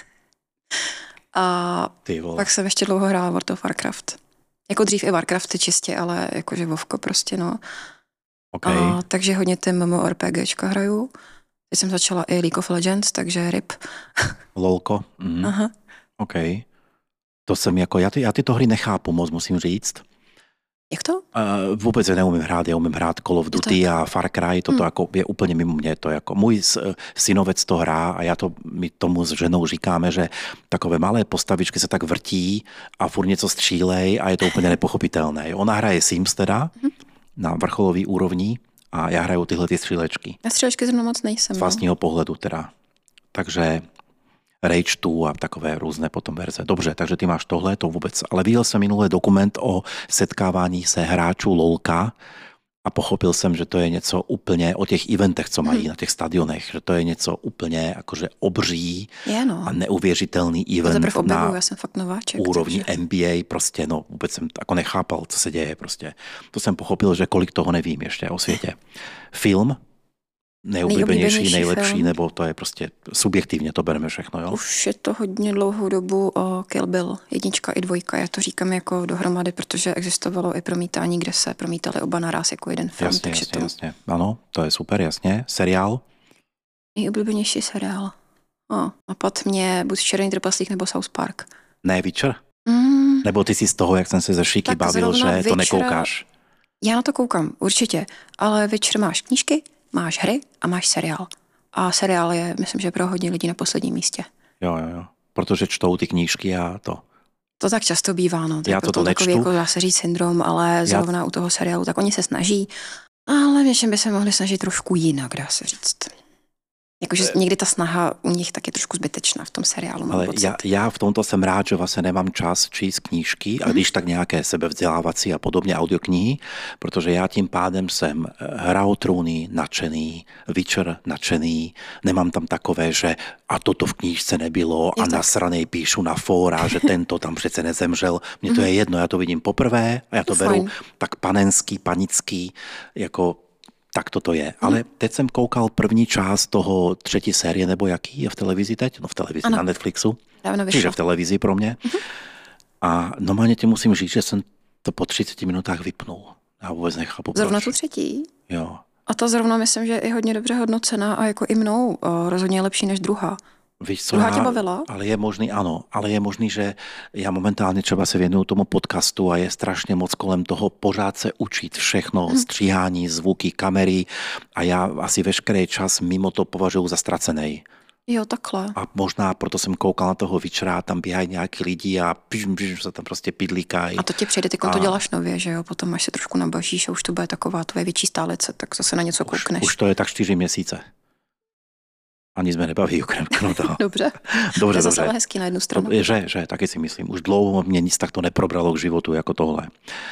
Speaker 2: A pak jsem ještě dlouho hrála World of Warcraft. Jako dřív i Warcrafty čistě, ale jakože Vovko prostě, no.
Speaker 1: Okay.
Speaker 2: Takže hodně ty MMORPGčka hraju. Teď jsem začala i League of Legends, takže RIP.
Speaker 1: Lolko?
Speaker 2: Aha.
Speaker 1: OK. To jsem jako, já tyto hry nechápu moc, musím říct.
Speaker 2: Jak to?
Speaker 1: Vůbec neumím hrát, já umím hrát Call of Duty a Far Cry, toto jako je úplně mimo mě, to jako můj synovec to hrá a my tomu s ženou říkáme, že takové malé postavičky se tak vrtí a furt něco střílej a je to úplně nepochopitelné. Ona hraje Sims teda, na vrcholový úrovni a já hraju tyhle ty střílečky.
Speaker 2: Na střílečky zrovna moc nejsem.
Speaker 1: Z vlastního pohledu teda. Takže Rage 2 a takové různé potom verze. Dobře, takže ty máš tohle, to vůbec. Ale viděl jsem minulý dokument o setkávání se hráčů LOLka a pochopil jsem, že to je něco úplně o těch eventech, co mají na těch stadionech, že to je něco úplně jakože obří a neuvěřitelný event
Speaker 2: na já jsem fakt nováček,
Speaker 1: úrovni NBA, prostě no vůbec jsem jako nechápal, co se děje prostě. To jsem pochopil, že kolik toho nevím ještě o světě. Film? nejoblíbenější, nejlepší, film. Nebo to je prostě subjektivně to bereme všechno, jo?
Speaker 2: Už je to hodně dlouhou dobu o Kill Bill, 1 i 2. Já to říkám jako dohromady, protože existovalo i promítání, kde se promítali oba naraz jako jeden film.
Speaker 1: Jasně,
Speaker 2: takže
Speaker 1: jasně, jasně. Ano, to je super, jasně. Seriál?
Speaker 2: Nejoblíbenější seriál. Napad mě buď Červený trpaslík nebo South Park.
Speaker 1: Ne, Witcher? Nebo ty si z toho, jak jsem se ze Šiky bavil, že Witchera, to nekoukáš?
Speaker 2: Já na to koukám, určitě. Ale Witcher máš knížky, máš hry a máš seriál. A seriál je, myslím, že pro hodně lidí na posledním místě.
Speaker 1: Jo. Protože čtou ty knížky a to.
Speaker 2: To tak často bývá, no.
Speaker 1: Já to nečtu.
Speaker 2: Takový, jako dá se říct syndrom, ale zrovna u toho seriálu, tak oni se snaží. Ale většinou by se mohli snažit trošku jinak, dá se říct. Jakože někdy ta snaha u nich tak je trošku zbytečná v tom seriálu.
Speaker 1: Ale já v tomto jsem rád, že vlastně nemám čas číst knížky, a když tak nějaké sebevzdělávací a podobně audioknihy, protože já tím pádem jsem Hra o trůny nadšený, Witcher nadšený, nemám tam takové, že a toto v knížce nebylo a nasranej píšu na fóra, že tento tam přece nezemřel. Mně to je jedno, já to vidím poprvé a já to beru tak panenský, panický, jako tak toto je. Ale teď jsem koukal první část toho 3. série, nebo jaký je v televizi teď? No v televizi, ano. Na Netflixu. Čiže v televizi pro mě. A normálně ti musím říct, že jsem to po 30 minutách vypnul. Já vůbec nechápu.
Speaker 2: Zrovna tu 3.
Speaker 1: Jo.
Speaker 2: A ta zrovna myslím, že je hodně dobře hodnocená a jako i mnou rozhodně lepší než druhá.
Speaker 1: Víš co,
Speaker 2: druhá tě bavila?
Speaker 1: Ale je možný, ano, ale je možný, že já momentálně třeba se věnuju tomu podcastu a je strašně moc kolem toho pořád se učit všechno, stříhání, zvuky, kamery a já asi veškerý čas mimo to považuji za ztracený.
Speaker 2: Jo, takhle.
Speaker 1: A možná proto jsem koukal na toho Witchera, tam běhají nějaký lidi a se tam prostě pidlíkají.
Speaker 2: A to ti přijde, ty to děláš nově, že jo? Potom až se trošku nabažíš a už to bude taková tvoje větší stálice, tak zase na něco koukneš.
Speaker 1: Už to je tak 4 měsíce. Ani jsme nebaví okrem toho.
Speaker 2: Dobře. To je zase hezký na jednu stranu.
Speaker 1: Že, taky si myslím. Už dlouho mě nic takto neprobralo k životu jako tohle.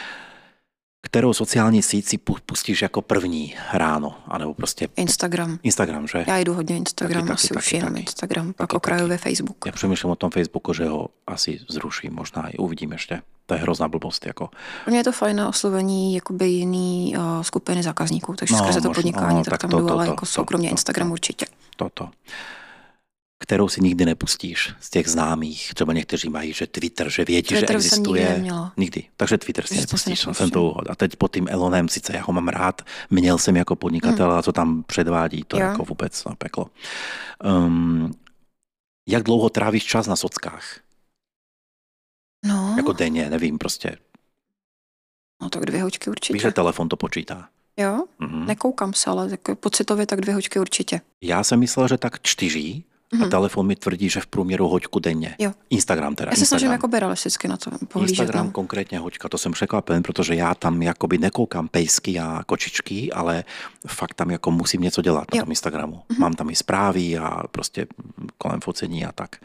Speaker 1: Kterou sociální síť si pustíš jako první ráno? Anebo prostě... Instagram, že?
Speaker 2: Já jdu hodně Instagram, asi už jenom Instagram, pak okrajově Facebook.
Speaker 1: Já přemýšlím o tom Facebooku, že ho asi zruším, možná i uvidím ještě. To je hrozná blbost. Jako.
Speaker 2: Pro mě je to fajn na oslovení jakoby jiný skupiny zákazníků, takže skrze to podnikání, tak tam jdu, ale jako soukromně Instagram určitě.
Speaker 1: Toto. Kterou si nikdy nepustíš z těch známých. Třeba někteří mají, že Twitter, že vědí, že existuje. Nikdy. Takže Twitter si nepustíš. A teď pod tím Elonem, sice já ho mám rád, měl jsem jako podnikatel a co tam předvádí, to je jako vůbec na peklo. Jak dlouho trávíš čas na sockách?
Speaker 2: No.
Speaker 1: Jako denně, nevím, prostě.
Speaker 2: No tak 2 hodiny určitě.
Speaker 1: Víš, že telefon to počítá.
Speaker 2: Jo, nekoukám se, ale tak pocitově tak 2 hodiny určitě.
Speaker 1: Já jsem myslel, že tak 4 a telefon mi tvrdí, že v průměru hoďku denně.
Speaker 2: Jo.
Speaker 1: Instagram teda.
Speaker 2: Já se snažím jako realisticky na to pohlížet.
Speaker 1: Instagram konkrétně hoďka, to jsem překvapen, protože já tam jakoby nekoukám pejsky a kočičky, ale fakt tam jako musím něco dělat na tom Instagramu. Mám tam i zprávy a prostě kolem focení a tak.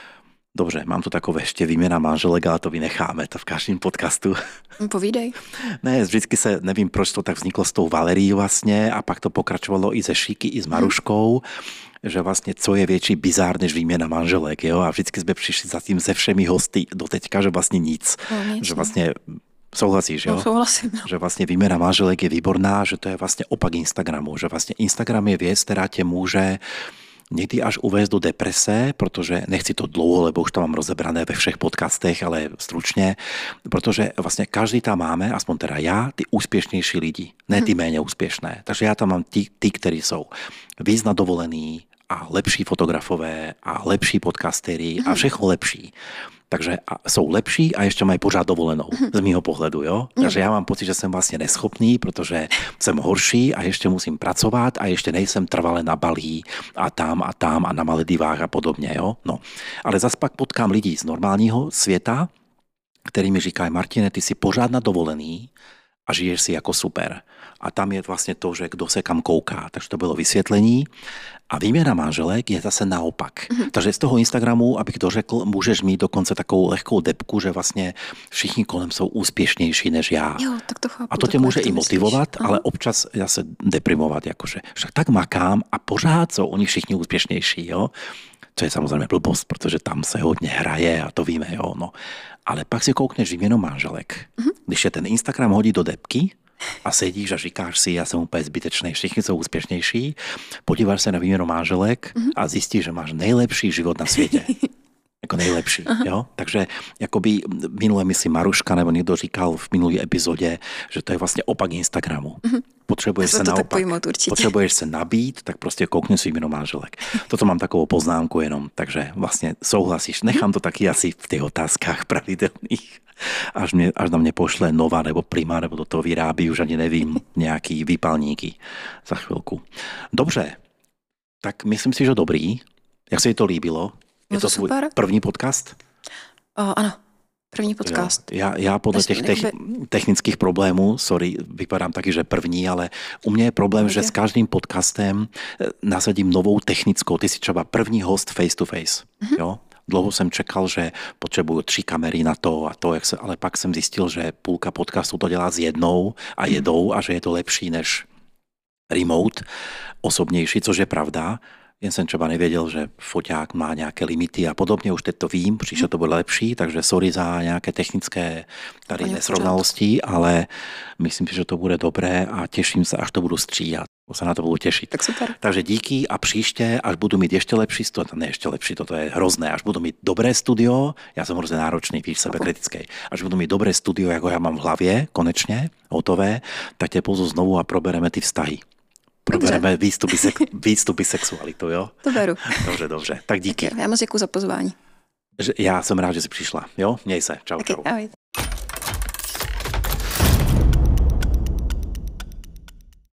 Speaker 1: Dobře, mám tu takové ještě výměna manželek, ale to vynecháme, to v každém podcastu.
Speaker 2: Povídej.
Speaker 1: Ne, vždycky se, nevím, proč to tak vzniklo s tou Valerií vlastně a pak to pokračovalo i ze Šiky, i s Maruškou, že vlastně co je větší bizár než výměna manželek, jo? A vždycky jsme přišli za tím se všemi hosty do teďka, že vlastně nic. Že vlastně souhlasíš, jo?
Speaker 2: No, souhlasím.
Speaker 1: Že vlastně výměna manželek je výborná, že to je vlastně opak Instagramu, že vlastně Instagram je věc, která tě může někdy až uvést do deprese, protože nechci to dlouho, lebo už to mám rozebrané ve všech podcastech, ale stručně, protože vlastně každý tam máme, aspoň teda já, ty úspěšnější lidi, ne ty méně úspěšné. Takže já tam mám ty, kteří jsou víc na dovolený a lepší fotografové a lepší podcastery a všechno lepší. Takže jsou lepší a ještě mají pořád dovolenou, z mýho pohledu, jo? Takže já mám pocit, že jsem vlastně neschopný, protože jsem horší a ještě musím pracovat a ještě nejsem trvale na Balí a tam a na Maledivách a podobně, jo? No. Ale zas pak potkám lidi z normálního světa, který mi říkají, Martine, ty jsi pořád na dovolený a žiješ si jako super. A tam je vlastně to, že kdo se kam kouká. Takže to bylo vysvětlení. A výměna manželek je zase naopak. Takže z toho Instagramu, abych to řekl, můžeš mít dokonce takovou lehkou depku, že vlastně všichni kolem jsou úspěšnější než já.
Speaker 2: Jo, tak to chápu.
Speaker 1: A to tě může i motivovat, ale občas zase deprimovat, jakože však tak makám a pořád jsou oni všichni úspěšnější, jo. To je samozřejmě blbost, protože tam se hodně hraje a to víme, jo, no. Ale pak si koukneš výměnu manželek. Když je ten Instagram hodí do depky, a sedíš a říkáš si, já jsem úplně zbytečný, všichni jsou úspěšnější, podíváš se na výměru manželek a zjistíš, že máš nejlepší život na světě. Jako nejlepší, jo? Takže jakoby minule myslím Maruška nebo někdo říkal v minulý epizodě, že to je vlastně opak Instagramu. Potřebuješ se naopak, potřebuješ se nabít, tak prostě koukni si jméno manželek. Toto mám takovou poznámku jenom, takže vlastně souhlasíš. Nechám to taky asi v těch otázkách pravidelných. Až na mě pošle Nova nebo Prima, nebo do toho vyrábí, už ani nevím, nějaký výpalníky za chvilku. Dobře, tak myslím si, že dobrý. Jak se jí to líbilo? Je to tvůj první podcast?
Speaker 2: Ano, první podcast.
Speaker 1: Já podle těch technických problémů, sorry, vypadám taky, že první, ale u mě je problém, že s každým podcastem nasadím novou technickou. Ty jsi třeba první host face to face, jo? Dlouho jsem čekal, že potřebuju 3 kamery na to a to, ale pak jsem zjistil, že půlka podcastu to dělá s jednou a jedou a že je to lepší než remote, osobnější, což je pravda. Jen jsem třeba nevěděl, že foťák má nějaké limity a podobně, už teď to vím, příště to bude lepší, takže sorry za nějaké technické tady nesrovnalosti, ale myslím si, že to bude dobré a těším se, až to budu stříhat. Se na to budu těšit.
Speaker 2: Tak super.
Speaker 1: Takže díky a příště, až budu mít ještě lepší studio, ne ještě lepší, toto je hrozné, až budu mít dobré studio, já jsem hrozně náročný, víš, sebekritický, až budu mít dobré studio, jako já mám v hlavě, konečně, hotové, tak tě pozvu znovu a probereme ty vztahy. Probereme výstupy sexualitu, jo?
Speaker 2: To beru.
Speaker 1: Dobře. Tak díky.
Speaker 2: Já moc děkuji za pozvání.
Speaker 1: Já jsem rád, že jsi přišla, jo? Měj se. Čau.
Speaker 2: Ahoj.